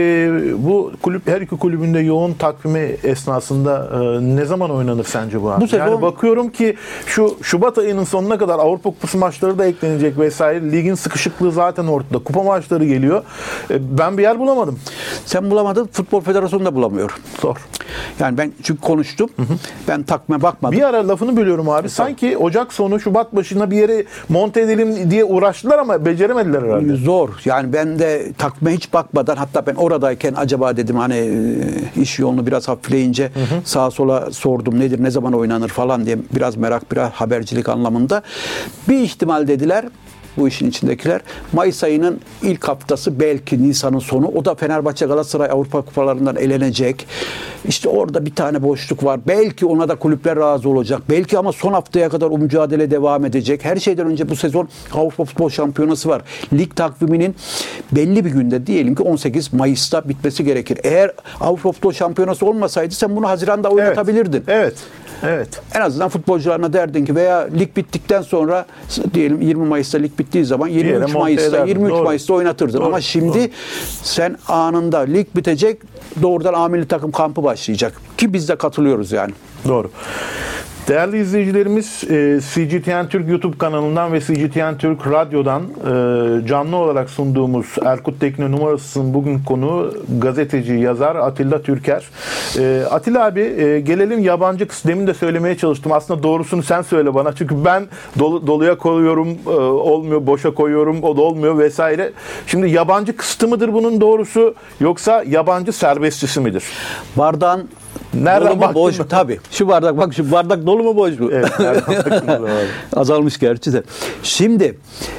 Speaker 1: bu kulüp, her iki kulübün de yoğun takvimi esnasında ne zaman oynanır sence bu? Bu sezon, yani bakıyorum ki şu Şubat ayının sonuna kadar Avrupa Kupası maçları da eklenecek vesaire. Ligin sıkışıklığı zaten ortada. Kupa maçları geliyor. Ben bir yer bulamadım.
Speaker 2: Sen bulamadın. Futbol Federasyonu da bulamıyor.
Speaker 1: Zor.
Speaker 2: Yani ben çünkü konuştum. Ben takvime bakmadım.
Speaker 1: Bir ara lafını bölüyorum abi. Sanki Ocak sonu, Şubat başına bir yere monte edelim diye uğraştılar ama beceremediler herhalde.
Speaker 2: Zor. Yani ben de takvime hiç bakmadan, hatta ben oradayken acaba dedim hani iş yolunu biraz hafifleyince sağa sola sordum nedir, ne zaman oynanır falan diye, biraz merak, biraz habercilik anlamında. Bir ihtimal dediler bu işin içindekiler. Mayıs ayının ilk haftası, belki Nisan'ın sonu. O da Fenerbahçe Galatasaray Avrupa Kupalarından elenecek. İşte orada bir tane boşluk var. Belki ona da kulüpler razı olacak. Belki ama son haftaya kadar o mücadele devam edecek. Her şeyden önce bu sezon Avrupa Futbol Şampiyonası var. Lig takviminin belli bir günde, diyelim ki 18 Mayıs'ta bitmesi gerekir. Eğer Avrupa Futbol Şampiyonası olmasaydı sen bunu Haziran'da oynatabilirdin.
Speaker 1: Evet.
Speaker 2: En azından futbolcularına derdin ki, veya lig bittikten sonra diyelim 20 Mayıs'ta lig bittiği zaman 23 Mayıs'ta oynatırdın. Ama şimdi sen anında lig bitecek, doğrudan A-milli takım kampı başlayacak. Ki biz de katılıyoruz yani.
Speaker 1: Doğru. Değerli izleyicilerimiz, CGTN Türk YouTube kanalından ve CGTN Türk Radyo'dan canlı olarak sunduğumuz Erkut Tekne numarasının bugün konuğu gazeteci, yazar Atilla Türker. Atilla abi, gelelim yabancı kısmı. Demin de söylemeye çalıştım. Aslında doğrusunu sen söyle bana. Çünkü ben doluya koyuyorum, olmuyor, boşa koyuyorum, o da olmuyor vesaire. Şimdi yabancı kısıtı mıdır bunun doğrusu, yoksa yabancı serbestisi midir?
Speaker 2: Bardağın
Speaker 1: Nereden
Speaker 2: dolu mu
Speaker 1: baktın?
Speaker 2: boş mu? Tabii. Şu bardak, bak şu bardak dolu mu boş mu?
Speaker 1: Evet, nereden baktın?
Speaker 2: Azalmış gerçi de. Şimdi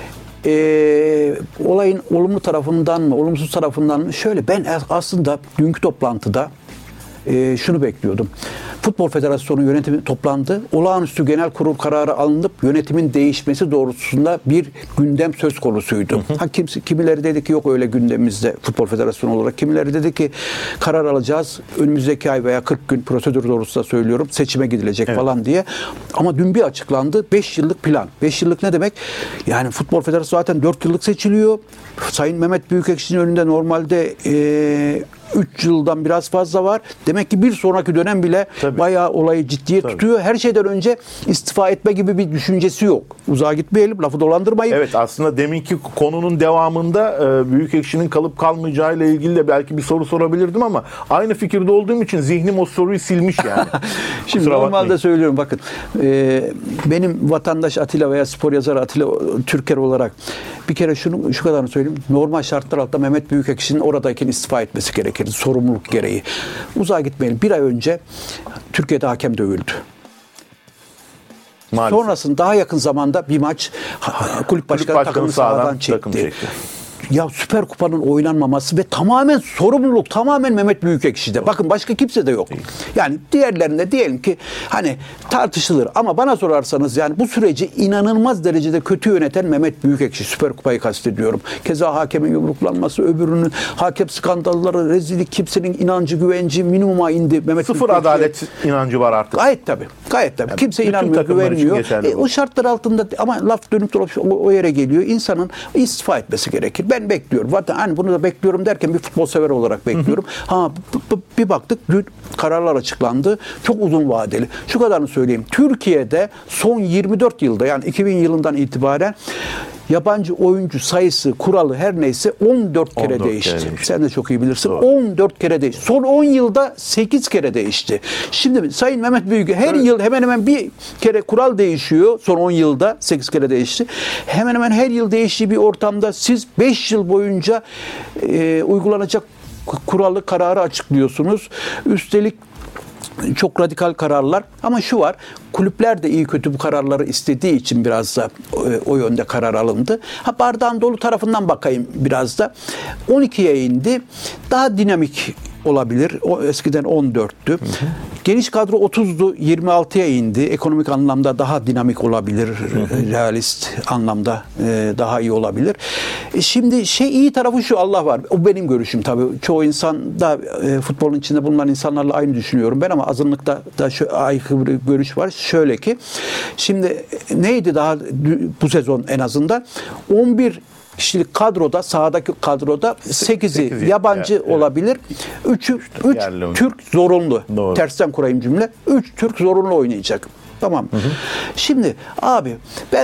Speaker 2: olayın olumlu tarafından mı, olumsuz tarafından mı? Şöyle, ben aslında dünkü toplantıda şunu bekliyordum. Futbol Federasyonu yönetimi toplandı. Olağanüstü genel kurul kararı alınıp yönetimin değişmesi doğrultusunda bir gündem söz konusuydu. Kimileri dedi ki yok öyle gündemimizde Futbol Federasyonu olarak. Kimileri dedi ki karar alacağız. Önümüzdeki ay veya 40 gün prosedür doğrultusunda söylüyorum. Seçime gidilecek falan diye. Ama dün bir açıklandı. 5 yıllık plan. 5 yıllık ne demek? Yani Futbol Federasyonu zaten 4 yıllık seçiliyor. Sayın Mehmet Büyükekşi'nin önünde normalde 3 yıldan biraz fazla var. Demek ki bir sonraki dönem bile bayağı olayı ciddiye tutuyor. Her şeyden önce istifa etme gibi bir düşüncesi yok. Uzağa gitmeyelim, lafı dolandırmayın.
Speaker 1: Evet, aslında deminki konunun devamında Büyükekşi'nin kalıp kalmayacağı ile ilgili de belki bir soru sorabilirdim ama aynı fikirde olduğum için zihnim o soruyu silmiş yani.
Speaker 2: Şimdi normalde söylüyorum, bakın benim vatandaş Atilla veya spor yazarı Atilla Türker olarak bir kere şu kadarını söyleyeyim. Normal şartlar altında Mehmet Büyükekşi'nin oradayken istifa etmesi gerekirdi. Sorumluluk gereği. Uzağa gitmeyelim. Bir ay önce Türkiye'de hakem dövüldü. Maalesef. Sonrasında daha yakın zamanda bir maç kulüp başkanı takımı sahadan çekti. Ya Süper Kupa'nın oynanmaması ve tamamen sorumluluk tamamen Mehmet Büyükekşi'de. Doğru. Bakın başka kimse de yok. Yani diğerlerinde diyelim ki hani tartışılır ama bana sorarsanız yani bu süreci inanılmaz derecede kötü yöneten Mehmet Büyükekşi. Süper Kupa'yı kastediyorum. Keza hakemin yumruklanması, öbürünün hakem skandalları, rezillik, kimsenin inancı, güvenci minimuma indi. Mehmet
Speaker 1: Sıfır adalet inancı var artık.
Speaker 2: Gayet tabii. Gayet tabii. Yani kimse inanmıyor, güvenmiyor. O şartlar altında ama laf dönüp dolaşıp o yere geliyor. İnsanın istifa etmesi gerekir. Ben bekliyorum. Zaten hani bunu da bekliyorum derken bir futbol sever olarak bekliyorum. Bir baktık dün kararlar açıklandı. Çok uzun vadeli. Şu kadarını söyleyeyim. Türkiye'de son 24 yılda yani 2000 yılından itibaren yabancı oyuncu sayısı, kuralı her neyse 14 kere değişti. Sen de çok iyi bilirsin. Doğru. 14 kere değişti. Son 10 yılda 8 kere değişti. Şimdi Sayın Mehmet Büyük her yıl hemen hemen bir kere kural değişiyor. Son 10 yılda 8 kere değişti. Hemen hemen her yıl değiştiği bir ortamda siz 5 yıl boyunca uygulanacak kuralı, kararı açıklıyorsunuz. Üstelik çok radikal kararlar ama şu var, kulüpler de iyi kötü bu kararları istediği için biraz da o yönde karar alındı. Bardağın dolu tarafından bakayım biraz da. 12'ye indi. Daha dinamik olabilir. O eskiden 14'tü. Geniş kadro 30'du, 26'ya indi. Ekonomik anlamda daha dinamik olabilir. Realist anlamda daha iyi olabilir. Şimdi iyi tarafı şu, Allah var. O benim görüşüm tabii. Çoğu insan da futbolun içinde bulunan insanlarla aynı düşünüyorum ben ama azınlıkta da aykırı bir görüş var. Şöyle ki şimdi neydi daha bu sezon en azından 11 kişilik kadroda, sahadaki kadroda 8'i yabancı olabilir. 3 Türk zorunlu. Doğru. Tersten kurayım cümle. 3 Türk zorunlu oynayacak. Tamam. Şimdi abi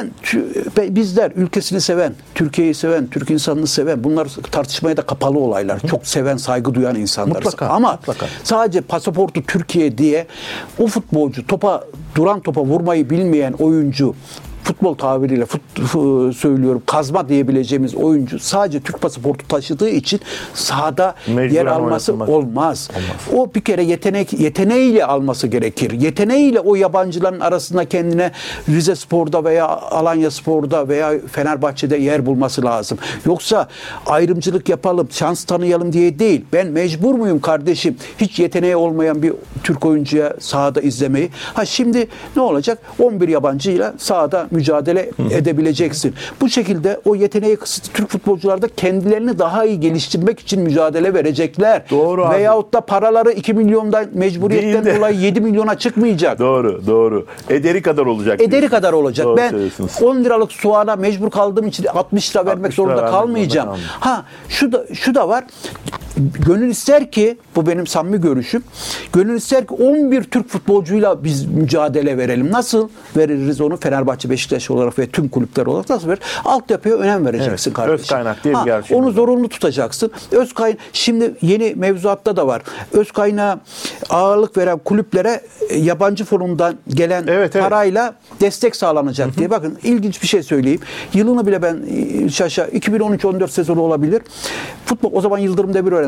Speaker 2: bizler ülkesini seven, Türkiye'yi seven, Türk insanını seven, bunlar tartışmaya da kapalı olaylar. Çok seven, saygı duyan insanlarız. Ama sadece pasaportu Türkiye diye o futbolcu duran topa vurmayı bilmeyen oyuncu, futbol tabiriyle söylüyorum, kazma diyebileceğimiz oyuncu sadece Türk pasaportu taşıdığı için sahada yer alması olmaz. O bir kere yeteneğiyle alması gerekir. Yeteneğiyle o yabancıların arasında kendine Rizespor'da veya Alanyaspor'da veya Fenerbahçe'de yer bulması lazım. Yoksa ayrımcılık yapalım, şans tanıyalım diye değil. Ben mecbur muyum kardeşim hiç yeteneği olmayan bir Türk oyuncuya sahada izlemeyi? Şimdi ne olacak? 11 yabancıyla sahada mücadele edebileceksin. Bu şekilde o yeteneği kısıtlı Türk futbolcular da kendilerini daha iyi geliştirmek için mücadele verecekler. Doğru. Veyahut da paraları 2 milyondan mecburiyetten dolayı 7 milyona çıkmayacak.
Speaker 1: Doğru. Ederi kadar olacak.
Speaker 2: Ederi kadar olacak.
Speaker 1: Doğru,
Speaker 2: ben 10 liralık soğana mecbur kaldığım için 60 lira vermek zorunda kalmayacağım. Şu da var. Gönül ister ki, bu benim samimi görüşüm, gönül ister ki 11 Türk futbolcuyla biz mücadele verelim. Nasıl veririz onu? Fenerbahçe, Beşiktaş olarak ve tüm kulüpler olarak nasıl verir? Altyapıya önem vereceksin kardeşim.
Speaker 1: Özkaynak diye bir gerçek.
Speaker 2: Onu zorunlu tutacaksın. Şimdi yeni mevzuatta da var. Özkaynağa ağırlık veren kulüplere yabancı fonundan gelen parayla destek sağlanacak diye. Bakın ilginç bir şey söyleyeyim. Yılını bile ben 2013-14 sezonu olabilir. Futbol o zaman Yıldırım Demirören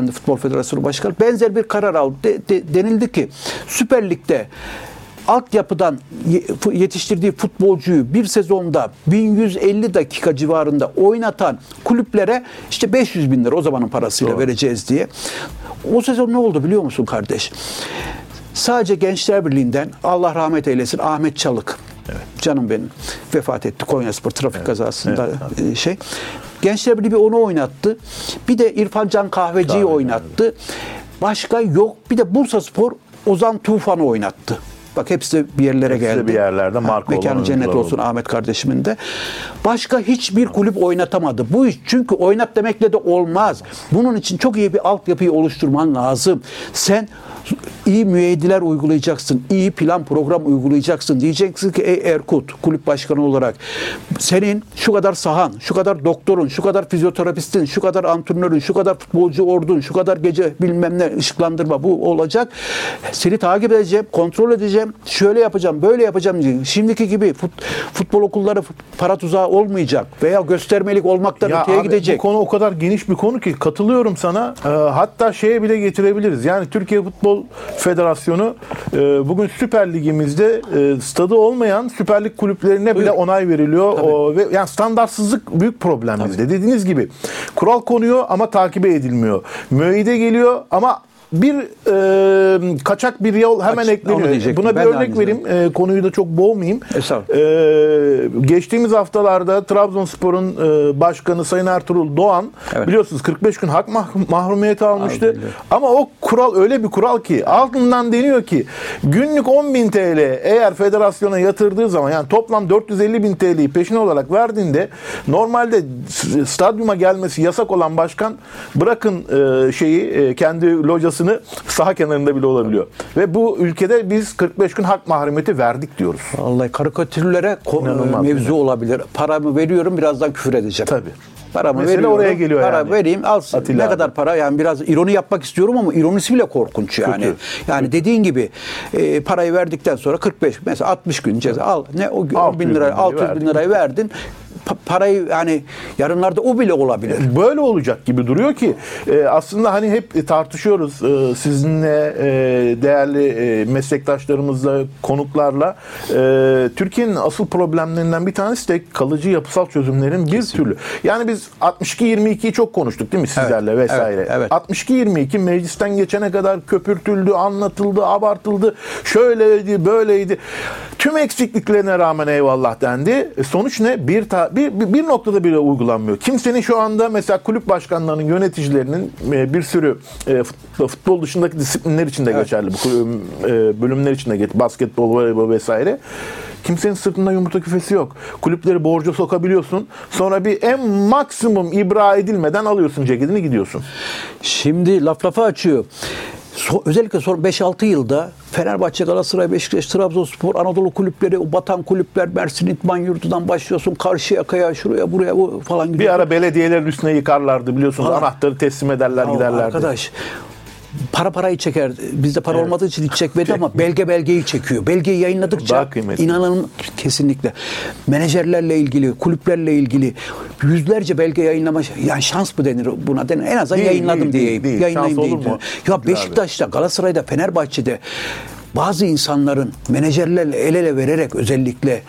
Speaker 2: Başkanı, Futbol Federasyonu Başkanı benzer bir karar aldı. Denildi ki Süper Lig'de altyapıdan yetiştirdiği futbolcuyu bir sezonda 1150 dakika civarında oynatan kulüplere işte 500 bin lira o zamanın parasıyla vereceğiz diye. O sezon ne oldu biliyor musun kardeş? Sadece Gençler Birliği'nden Allah rahmet eylesin Ahmet Çalık. Evet. Canım benim. Vefat etti Konyaspor trafik kazasında Gençler Birliği onu oynattı. Bir de İrfan Can Kahveci'yi oynattı. Başka yok. Bir de Bursaspor Ozan Tufan'ı oynattı. Bak hepsi bir yerlere geldi.
Speaker 1: Bir yerlerde marka olan
Speaker 2: mekanı cennet olsun oldu. Ahmet kardeşimin de. Başka hiçbir kulüp oynatamadı. Bu iş çünkü oynat demekle de olmaz. Bunun için çok iyi bir altyapıyı oluşturman lazım. Sen iyi müeyyideler uygulayacaksın. İyi plan program uygulayacaksın. Diyeceksin ki ey Erkut kulüp başkanı olarak senin şu kadar sahan, şu kadar doktorun, şu kadar fizyoterapistin, şu kadar antrenörün, şu kadar futbolcu ordun, şu kadar gece bilmem ne ışıklandırma bu olacak. Seni takip edeceğim, kontrol edeceğim. Şöyle yapacağım, böyle yapacağım diye. Şimdiki gibi futbol okulları para tuzağı olmayacak veya göstermelik olmaktan öteye gidecek.
Speaker 1: Bu konu o kadar geniş bir konu ki katılıyorum sana. Hatta şeye bile getirebiliriz. Yani Türkiye Futbol Federasyonu bugün Süper Ligimizde stadı olmayan Süper Lig kulüplerine bile onay veriliyor. Ve yani standartsızlık büyük problem bizde. Dediğiniz gibi kural konuyor ama takibe edilmiyor. Müeyyide geliyor ama bir kaçak bir yol hemen ekleniyor. Buna bir örnek vereyim. Konuyu da çok boğmayayım. Geçtiğimiz haftalarda Trabzonspor'un başkanı Sayın Ertuğrul Doğan biliyorsunuz 45 gün hak mahrumiyeti almıştı. Ama o kural öyle bir kural ki altından deniyor ki günlük 10.000 TL eğer federasyona yatırdığı zaman yani toplam 450.000 TL'yi peşin olarak verdiğinde normalde stadyuma gelmesi yasak olan başkan bırakın kendi locası saha kenarında bile olabiliyor. Ve bu ülkede biz 45 gün hak mahrumiyeti verdik diyoruz.
Speaker 2: Vallahi karikatürlere mevzu olabilir. Paramı veriyorum birazdan küfür edeceğim.
Speaker 1: Tabii.
Speaker 2: Paramı
Speaker 1: mesela
Speaker 2: veriyorum.
Speaker 1: Oraya geliyor
Speaker 2: para
Speaker 1: yani.
Speaker 2: vereyim alsın.
Speaker 1: Atilla
Speaker 2: ne kadar para yani biraz ironi yapmak istiyorum ama ironisi bile korkunç yani.
Speaker 1: Kötü.
Speaker 2: Yani dediğin gibi parayı verdikten sonra 45 mesela 60 gün ceza al. Ne o 10.000 lirayı 600 bin lirayı verdin. Parayı yani yarınlarda o bile olabilir.
Speaker 1: Böyle olacak gibi duruyor ki aslında hani hep tartışıyoruz sizinle değerli meslektaşlarımızla, konuklarla. Türkiye'nin asıl problemlerinden bir tanesi de kalıcı yapısal çözümlerin bir türlü. Yani biz 62-22'yi çok konuştuk değil mi sizlerle vesaire.
Speaker 2: Evet.
Speaker 1: 62-22 meclisten geçene kadar köpürtüldü, anlatıldı, abartıldı. Şöyleydi, böyleydi. Tüm eksikliklerine rağmen eyvallah dendi. Sonuç ne? Bir noktada bile uygulanmıyor. Kimsenin şu anda mesela kulüp başkanlarının, yöneticilerinin bir sürü futbol dışındaki disiplinler için de geçerli. Bu bölümler için de geçerli. Basketbol, voleybol vesaire. Kimsenin sırtında yumurta küfesi yok. Kulüpleri borca sokabiliyorsun. Sonra bir en maksimum ibra edilmeden alıyorsun ceketini gidiyorsun.
Speaker 2: Şimdi lafa açıyor. Özellikle son 5-6 yılda Fenerbahçe, Galatasaray, Beşiktaş, Trabzonspor, Anadolu kulüpleri, o batan kulüpler, Mersin İdman Yurdu'dan başlıyorsun, Karşıyaka'ya, şuraya, buraya falan gidiyor.
Speaker 1: Bir ara belediyelerin üstüne yıkarlardı biliyorsunuz. Anahtarı teslim ederler, giderlerdi.
Speaker 2: Arkadaş, parayı çeker. Bizde para olmadığı için hiç çekmedi ama belgeyi çekiyor. Belgeyi yayınladıkça inanın kesinlikle menajerlerle ilgili, kulüplerle ilgili yüzlerce belge yayınlama yani şans mı denir buna denir. En azından yayınladım diyeyim. Yayınlayayım diyeyim. Ya Beşiktaş'ta, Galatasaray'da, Fenerbahçe'de bazı insanların menajerlerle el ele vererek özellikle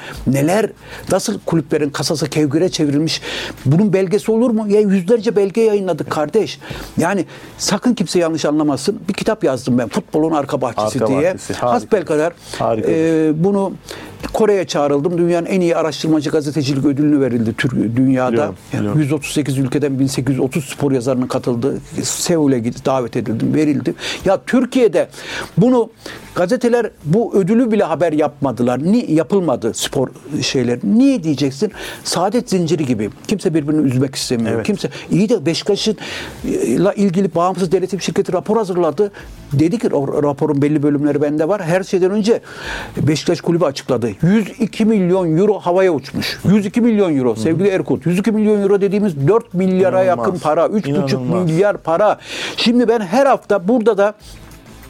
Speaker 2: nasıl kulüplerin kasası kevgire çevrilmiş bunun belgesi olur mu? Ya yüzlerce belge yayınladık kardeş. Yani sakın kimse yanlış anlamasın. Bir kitap yazdım ben. Futbolun Arka Bahçesi diye. Hasbelkader bunu Kore'ye çağrıldım. Dünyanın en iyi araştırmacı gazetecilik ödülünü verildi dünyada.
Speaker 1: Biliyorum.
Speaker 2: 138 ülkeden 1830 spor yazarının katıldığı Seul'e davet edildim, verildi. Ya Türkiye'de bunu gazeteler bu ödülü bile haber yapmadılar. Yapılmadı spor şeyler. Niye diyeceksin? Saadet zinciri gibi. Kimse birbirini üzmek istemiyor.
Speaker 1: Evet.
Speaker 2: Kimse iyi de Beşiktaş'la ilgili bağımsız denetim şirketi rapor hazırladı. Dedi ki o raporun belli bölümleri bende var. Her şeyden önce Beşiktaş kulübü açıkladı. 102 milyon euro havaya uçmuş. 102 milyon euro sevgili Erkut. 102 milyon euro dediğimiz 4 milyara yakın para. 3,5 milyar para. Şimdi ben her hafta burada da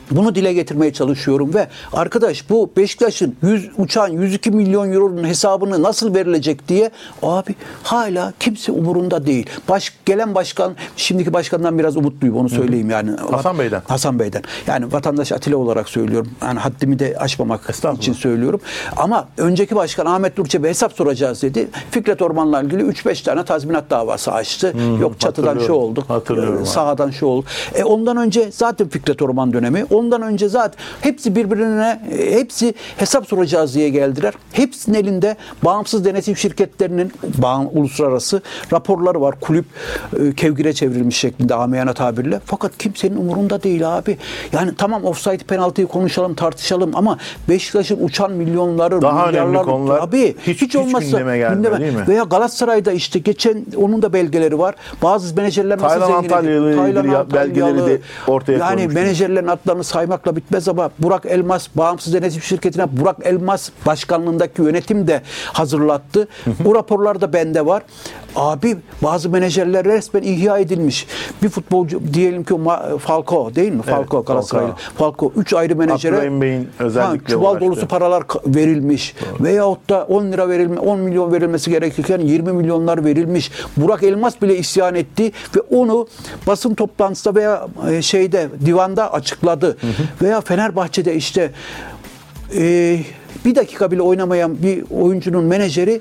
Speaker 2: Bunu dile getirmeye çalışıyorum ve arkadaş bu Beşiktaş'ın uçan 102 milyon euronun hesabını nasıl verilecek diye abi hala kimse umurunda değil. Gelen başkan, şimdiki başkandan biraz umutluyum, onu söyleyeyim yani. Hasan Bey'den. Yani vatandaş Atilla olarak söylüyorum. Yani haddimi de aşmamak için söylüyorum. Ama önceki başkan Ahmet Nur Çebi hesap soracağız dedi. Fikret Orman'la ilgili 3-5 tane tazminat davası açtı. Yok çatıdan şu oldu. Sahadan şu oldu. Ondan önce zaten Fikret Orman dönemi. Ondan önce zaten hepsi birbirine hesap soracağız diye geldiler. Hepsinin elinde bağımsız denetim şirketlerinin uluslararası raporları var. Kulüp kevgire çevrilmiş şeklinde amiyane tabirle. Fakat kimsenin umurunda değil abi. Yani tamam offside penaltıyı konuşalım, tartışalım ama Beşiktaş'ın uçan milyonları,
Speaker 1: daha önemli konular
Speaker 2: abi hiç olmazsa
Speaker 1: gündeme gelmiyor, değil mi?
Speaker 2: Veya Galatasaray'da işte geçen onun da belgeleri var. Bazı menajerler
Speaker 1: Taylan Antalyalı belgeleri de ortaya
Speaker 2: yani
Speaker 1: koymuştu.
Speaker 2: menajerlerin adlarını saymakla bitmez ama Burak Elmas bağımsız denetim şirketine Burak Elmas başkanlığındaki yönetim de hazırlattı. O raporlar da bende var. Abi bazı menajerler resmen ihya edilmiş. Bir futbolcu diyelim ki Falcao değil mi? Falcao, evet, Galatasaraylı. Falcao 3 ayrı menajere
Speaker 1: Abdurrahim Bey'in özellikle
Speaker 2: çuval dolusu paralar verilmiş. Veyahut da 10 milyon verilmesi gerekirken 20 milyonlar verilmiş. Burak Elmas bile isyan etti ve onu basın toplantısında veya divanda açıkladı. Veya Fenerbahçe'de işte bir dakika bile oynamayan bir oyuncunun menajeri,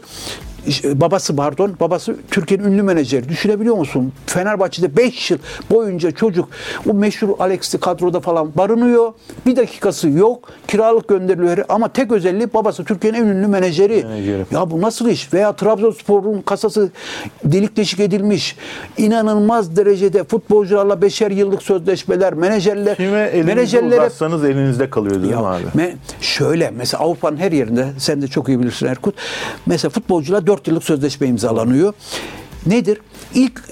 Speaker 2: babası Türkiye'nin ünlü menajeri. Düşünebiliyor musun? Fenerbahçe'de 5 yıl boyunca çocuk o meşhur Alex'i kadroda falan barınıyor. Bir dakikası yok. Kiralık gönderiliyor ama tek özelliği babası Türkiye'nin en ünlü menajeri. Ya bu nasıl iş? Veya Trabzonspor'un kasası delik deşik edilmiş. İnanılmaz derecede futbolcularla 5'er yıllık sözleşmeler, menajerler.
Speaker 1: Menajerlere uzatsanız elinizde kalıyor değil mi abi?
Speaker 2: Şöyle mesela Avrupa'nın her yerinde, sen de çok iyi bilirsin Erkut. Mesela futbolcular 4 yıllık sözleşme imzalanıyor. Nedir? İlk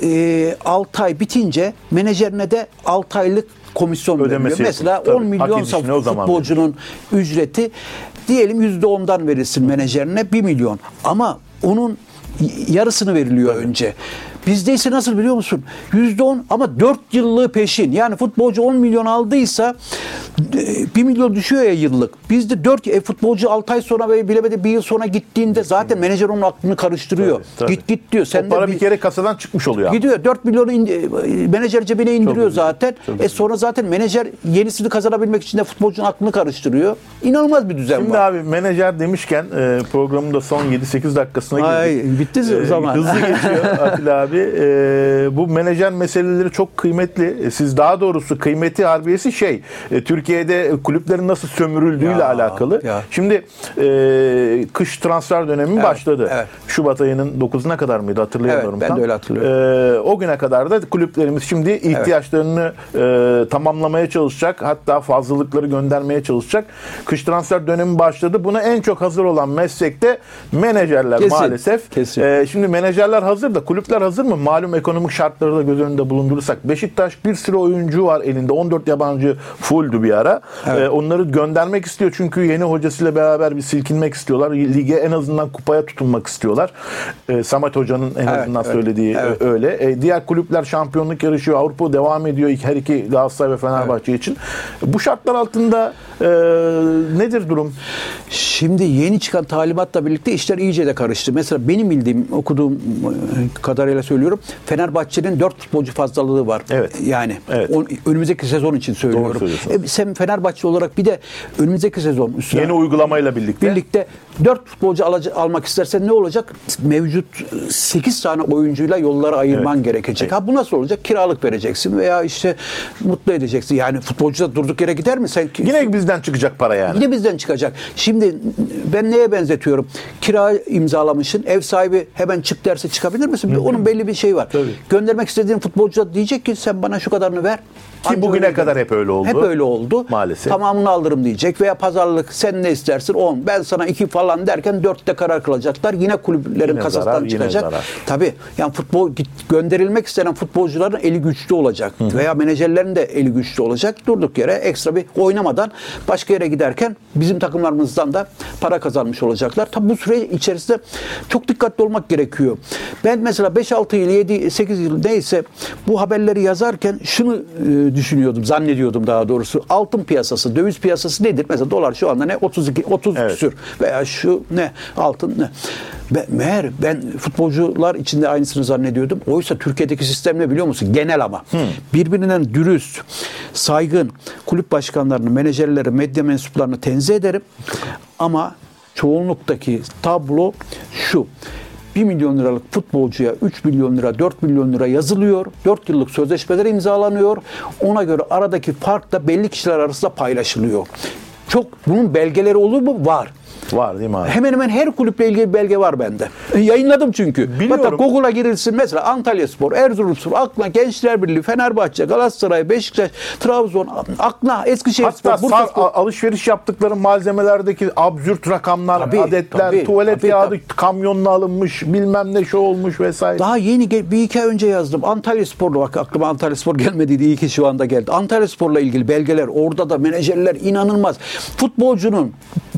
Speaker 2: 6 ay bitince menajerine de 6 aylık komisyon veriliyor. Mesela 10 milyon futbolcunun ücreti diyelim %10'dan verilsin menajerine 1 milyon. Ama onun yarısını veriliyor önce. Bizde ise nasıl biliyor musun? %10 ama 4 yıllığı peşin. Yani futbolcu 10 milyon aldıysa 1 milyon düşüyor ya yıllık. Bizde 4 futbolcu 6 ay sonra ve bilemedi 1 yıl sonra gittiğinde zaten menajer onun aklını karıştırıyor. Tabii. Git diyor. Sen
Speaker 1: o para bir kere kasadan çıkmış oluyor.
Speaker 2: Gidiyor. 4 milyonu menajer cebine indiriyor zaten. Sonra zaten menajer yenisini kazanabilmek için de futbolcunun aklını karıştırıyor. İnanılmaz bir düzen
Speaker 1: Şimdi
Speaker 2: var.
Speaker 1: abi menajer demişken programın da son 7-8 dakikasına girdik.
Speaker 2: Bitti zaman.
Speaker 1: Hızlı geçiyor Atilla abi. Bu menajer meseleleri çok kıymetli. Siz daha doğrusu kıymeti harbiyesi Türkiye'de kulüplerin nasıl sömürüldüğüyle alakalı. Şimdi kış transfer dönemi başladı. Evet. Şubat ayının 9'una kadar mıydı hatırlayamıyorum.
Speaker 2: Evet, ben de öyle hatırlıyorum.
Speaker 1: O güne kadar da kulüplerimiz şimdi ihtiyaçlarını tamamlamaya çalışacak. Hatta fazlalıkları göndermeye çalışacak. Kış transfer dönemi başladı. Buna en çok hazır olan meslekte menajerler maalesef.
Speaker 2: Kesin.
Speaker 1: Şimdi menajerler hazır da kulüpler hazır mı? Malum ekonomik şartları da göz önünde bulundurursak. Beşiktaş bir sürü oyuncu var elinde. 14 yabancı fulldü bir ara. Evet. Onları göndermek istiyor. Çünkü yeni hocasıyla beraber bir silkinmek istiyorlar. Lige en azından kupaya tutunmak istiyorlar. Samet Hoca'nın en azından söylediği öyle. Diğer kulüpler şampiyonluk yarışıyor. Avrupa devam ediyor. Her iki Galatasaray ve Fenerbahçe için. Bu şartlar altında nedir durum?
Speaker 2: Şimdi yeni çıkan talimatla birlikte işler iyice de karıştı. Mesela benim bildiğim, okuduğum kadarıyla söylüyorum. Fenerbahçe'nin 4 futbolcu fazlalığı var. Evet. Yani önümüzdeki sezon için söylüyorum. Sen Fenerbahçe olarak bir de önümüzdeki sezon
Speaker 1: yeni uygulamayla birlikte
Speaker 2: 4 futbolcu almak istersen ne olacak? Mevcut 8 tane oyuncuyla yolları ayırman gerekecek. Bu nasıl olacak? Kiralık vereceksin veya işte mutlu edeceksin. Yani futbolcu da durduk yere gider mi?
Speaker 1: Yine bizden çıkacak para yani.
Speaker 2: Yine bizden çıkacak. Şimdi ben neye benzetiyorum? Kira imzalamışsın. Ev sahibi hemen çık derse çıkabilir misin? Onun belli bir şey var.
Speaker 1: Tabii.
Speaker 2: Göndermek istediğin futbolcu da diyecek ki sen bana şu kadarını ver.
Speaker 1: Ki bugüne kadar hep öyle oldu.
Speaker 2: Hep öyle oldu.
Speaker 1: Maalesef.
Speaker 2: Tamamını alırım diyecek veya pazarlık sen ne istersin 10 ben sana 2 falan derken 4'te karar kılacaklar. Yine kulüplerin kasasından çıkacak. Tabii yani gönderilmek istenen futbolcuların eli güçlü olacak. Veya menajerlerin de eli güçlü olacak. Durduk yere ekstra bir oynamadan başka yere giderken bizim takımlarımızdan da para kazanmış olacaklar. Tabii bu süre içerisinde çok dikkatli olmak gerekiyor. Ben mesela 5-6 6 yıl, 7, 8 yıl neyse bu haberleri yazarken şunu düşünüyordum, zannediyordum daha doğrusu. Altın piyasası, döviz piyasası nedir? Mesela dolar şu anda ne? 30 küsür veya şu ne? Altın ne? Meğer ben futbolcular içinde aynısını zannediyordum. Oysa Türkiye'deki sistem ne biliyor musun? Genel ama. Birbirinden dürüst, saygın kulüp başkanlarını, menajerleri, medya mensuplarını tenzih ederim. Ama çoğunluktaki tablo şu. 1 milyon liralık futbolcuya 3 milyon lira, 4 milyon lira yazılıyor. 4 yıllık sözleşmeler imzalanıyor. Ona göre aradaki fark da belli kişiler arasında paylaşılıyor. Bunun belgeleri olur mu? Var.
Speaker 1: Var değil mi abi?
Speaker 2: Hemen hemen her kulüple ilgili belge var bende. Yayınladım çünkü.
Speaker 1: Biliyorum.
Speaker 2: Hatta Google'a girilsin mesela Antalyaspor, Erzurumspor, aklına Gençler Birliği, Fenerbahçe, Galatasaray, Beşiktaş, Trabzon, aklına Eskişehirspor,
Speaker 1: Hatta
Speaker 2: Bursaspor.
Speaker 1: alışveriş yaptıkları malzemelerdeki absürt rakamlar, adetler, tuvalet kağıdı kamyonla alınmış, bilmem ne şu olmuş vesaire.
Speaker 2: Daha yeni bir iki ay önce yazdım. Antalyaspor'la bak aklıma Antalyaspor gelmediydi. İyi ki şu anda geldi. Antalyaspor'la ilgili belgeler. Orada da menajerler inanılmaz. Futbolcunun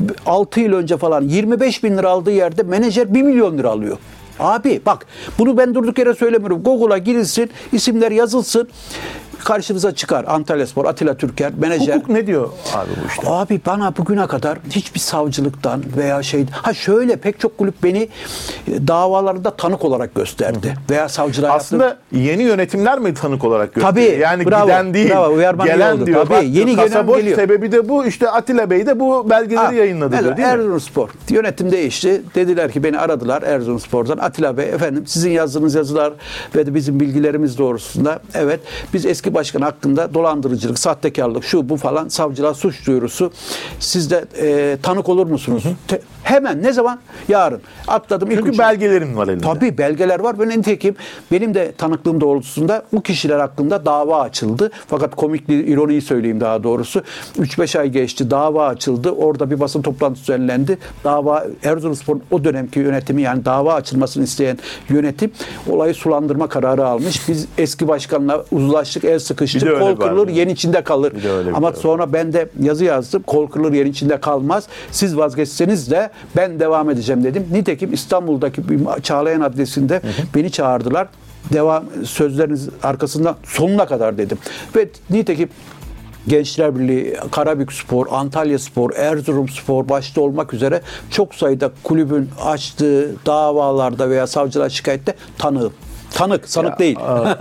Speaker 2: 6 yıl önce falan 25 bin lira aldığı yerde menajer 1 milyon lira alıyor. Abi bak bunu ben durduk yere söylemiyorum. Google'a girilsin, isimler yazılsın. Karşımıza çıkar Antalyaspor, Atilla Türker, menajer.
Speaker 1: Hukuk ne diyor abi bu işte?
Speaker 2: Abi bana bugüne kadar hiçbir savcılıktan veya şöyle pek çok kulüp beni davalarında tanık olarak gösterdi. Veya savcılığa
Speaker 1: aslında yeni yönetimler mi tanık olarak gösteriyor?
Speaker 2: Tabii.
Speaker 1: Yani
Speaker 2: bravo,
Speaker 1: giden değil, gelen diyor.
Speaker 2: Tabii, yeni
Speaker 1: kasa boş
Speaker 2: geliyor.
Speaker 1: Sebebi de bu. İşte Atilla Bey de bu belgeleri yayınladı diyor değil mi?
Speaker 2: Erzurumspor. Yönetim değişti. Dediler ki beni aradılar Erzurumspor'dan. Atilla Bey efendim sizin yazdığınız yazılar ve de bizim bilgilerimiz doğrultusunda evet biz eski başkan hakkında dolandırıcılık, sahtekarlık, şu bu falan savcılığa suç duyurusu. Siz de tanık olur musunuz? Hemen ne zaman? Yarın. Atladım.
Speaker 1: Çünkü belgelerim var elinde.
Speaker 2: Tabii belgeler var. Ben nitekim benim de tanıklığım doğrultusunda bu kişiler hakkında dava açıldı. Fakat komikliği, ironiyi söyleyeyim daha doğrusu. 3-5 ay geçti. Dava açıldı. Orada bir basın toplantısı düzenlendi. Erzurumspor'un o dönemki yönetimi yani dava açılmasını isteyen yönetim olayı sulandırma kararı almış. Biz eski başkanla uzlaştık, el sıkıştık. Kol kırılır, yen içinde kalır. Ama sonra ben de yazı yazdım. Kol kırılır, yen içinde kalmaz. Siz vazgeçseniz de ben devam edeceğim dedim. Nitekim İstanbul'daki bir Çağlayan adresinde beni çağırdılar. Sözleriniz arkasından sonuna kadar dedim. Ve nitekim Gençler Birliği, Karabükspor, Antalyaspor, Erzurumspor başta olmak üzere çok sayıda kulübün açtığı davalarda veya savcılığa şikayette tanığım. Sanık değil.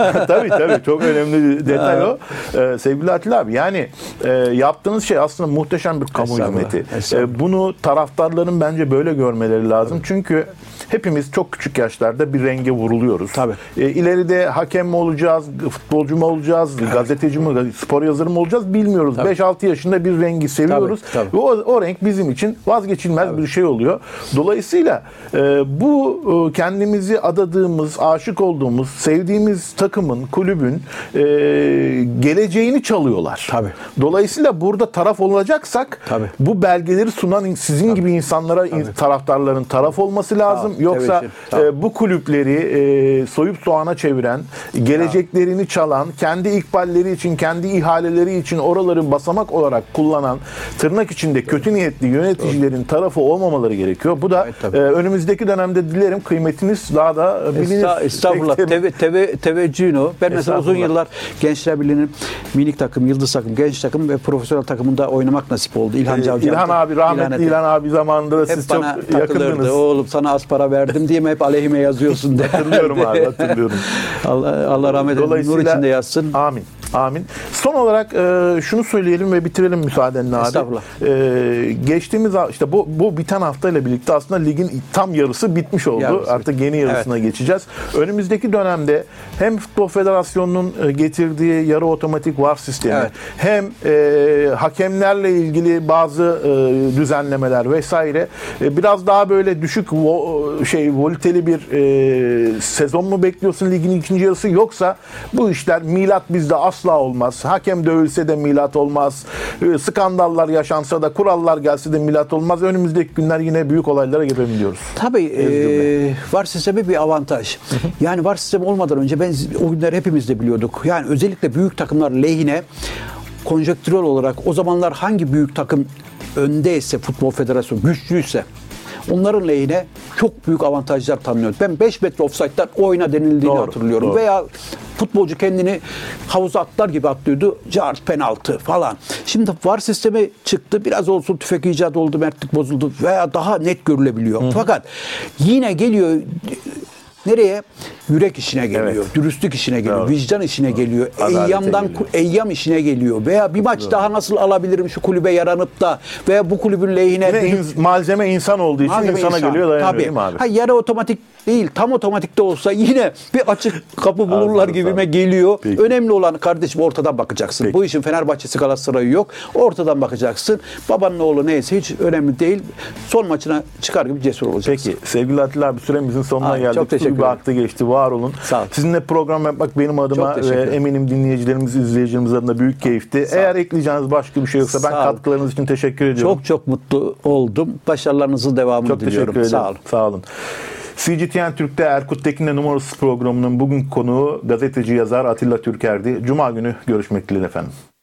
Speaker 1: Tabii çok önemli bir detay o. Sevgili Atilla abi yani yaptığınız şey aslında muhteşem bir kamu hizmeti. Bunu taraftarların bence böyle görmeleri lazım. Tabii. Çünkü hepimiz çok küçük yaşlarda bir renge vuruluyoruz.
Speaker 2: Tabii.
Speaker 1: İleride hakem mi olacağız, futbolcu mu olacağız, gazeteci mi, spor yazarı mı olacağız bilmiyoruz. 5-6 yaşında bir rengi seviyoruz. Tabii. Ve o renk bizim için vazgeçilmez bir şey oluyor. Dolayısıyla bu kendimizi adadığımız, aşık olduğumuz, sevdiğimiz takımın, kulübün geleceğini çalıyorlar.
Speaker 2: Tabii.
Speaker 1: Dolayısıyla burada taraf olacaksak bu belgeleri sunan sizin gibi insanlara taraftarların taraf olması lazım. Yoksa bu kulüpleri soyup soğana çeviren, geleceklerini çalan, kendi ikballeri için, kendi ihaleleri için oraları basamak olarak kullanan tırnak içinde kötü niyetli yöneticilerin tarafı olmamaları gerekiyor. Bu da önümüzdeki dönemde dilerim kıymetiniz daha da bilinir.
Speaker 2: Estağfurullah. Teveccühün o. Ben mesela uzun yıllar Gençler Birliği'nin minik takım, yıldız takım, genç takım ve profesyonel takımında oynamak nasip oldu. İlhan Cavcav.
Speaker 1: İlhan abi, rahmetli İlhan abi zamanında da siz çok yakındınız.
Speaker 2: Oğlum sana az para verdim diye mi hep aleyhime yazıyorsun de.
Speaker 1: Hatırlıyorum abi, hatırlıyorum.
Speaker 2: Allah rahmet eylesin. Nur içinde yatsın.
Speaker 1: Amin. Amin. Son olarak şunu söyleyelim ve bitirelim müsaadenle abi.
Speaker 2: Estağfurullah.
Speaker 1: Geçtiğimiz işte bu biten haftayla birlikte aslında ligin tam yarısı bitmiş oldu. Artık yeni yarısına geçeceğiz. Önümüzdeki dönemde hem Futbol Federasyonu'nun getirdiği yarı otomatik VAR sistemi hem hakemlerle ilgili bazı düzenlemeler vesaire biraz daha böyle düşük volteli bir sezon mu bekliyorsun ligin ikinci yarısı yoksa bu işler milat bizde asla olmaz. Hakem dövülse de milat olmaz. Skandallar yaşansa da kurallar gelse de milat olmaz. Önümüzdeki günler yine büyük olaylara girebiliyoruz.
Speaker 2: Tabii VAR sistemi bir avantaj. Yani VAR sistemi olmadan önce o günler hepimiz de biliyorduk. Yani özellikle büyük takımlar lehine konjonktürel olarak o zamanlar hangi büyük takım öndeyse Futbol Federasyonu güçlüyse onların lehine çok büyük avantajlar tanınıyor. Ben 5 metre ofsayttan oyna denildiğini
Speaker 1: Doğru,
Speaker 2: hatırlıyorum.
Speaker 1: doğru.
Speaker 2: Veya futbolcu kendini havuza atlar gibi atlıyordu. Cart penaltı falan. Şimdi VAR sistemi çıktı. Biraz olsun tüfek icat oldu, mertlik bozuldu veya daha net görülebiliyor. Fakat yine geliyor nereye? Yürek işine geliyor,
Speaker 1: Evet.
Speaker 2: dürüstlük işine geliyor,
Speaker 1: Doğru.
Speaker 2: vicdan işine geliyor,
Speaker 1: Adalete
Speaker 2: eyyamdan
Speaker 1: geliyor.
Speaker 2: eyyam işine geliyor veya bir maç daha nasıl alabilirim şu kulübe yaranıp da veya bu kulübün lehine
Speaker 1: Yine malzeme insan olduğu için
Speaker 2: malzeme
Speaker 1: insana
Speaker 2: insan.
Speaker 1: geliyor, dayanıyor
Speaker 2: Tabii.
Speaker 1: değil mi abi?
Speaker 2: Ha, yarı otomatik değil, tam otomatikte olsa yine bir açık kapı bulurlar
Speaker 1: Anladım,
Speaker 2: gibime
Speaker 1: abi.
Speaker 2: geliyor.
Speaker 1: Peki.
Speaker 2: Önemli olan kardeşim ortadan bakacaksın.
Speaker 1: Peki.
Speaker 2: Bu işin Fenerbahçe'si Galatasaray'ı yok. Ortadan bakacaksın. Babanın oğlu neyse hiç önemli değil. Son maçına çıkar gibi cesur olacaksın.
Speaker 1: Peki sevgili Atilla abi, süremizin sonuna
Speaker 2: Ay,
Speaker 1: geldik.
Speaker 2: çok teşekkür
Speaker 1: Bir
Speaker 2: ederim.
Speaker 1: hafta geçti, var olun.
Speaker 2: Sağ ol.
Speaker 1: Sizinle program yapmak benim adıma
Speaker 2: Çok teşekkür
Speaker 1: ve
Speaker 2: ederim.
Speaker 1: eminim dinleyicilerimiz, izleyicilerimiz adına büyük keyifti. Eğer ekleyeceğiniz başka bir şey yoksa ben
Speaker 2: Sağ ol.
Speaker 1: katkılarınız için teşekkür ediyorum.
Speaker 2: Çok çok mutlu oldum. Başarılarınızın devamını
Speaker 1: Çok
Speaker 2: diliyorum.
Speaker 1: teşekkür ederim.
Speaker 2: Sağ olun.
Speaker 1: Sağ olun. CGTN Türk'te Erkut Tekin'le Numarası programının bugün konuğu gazeteci yazar Atilla Türker'di. Cuma günü görüşmek dileğiyle efendim.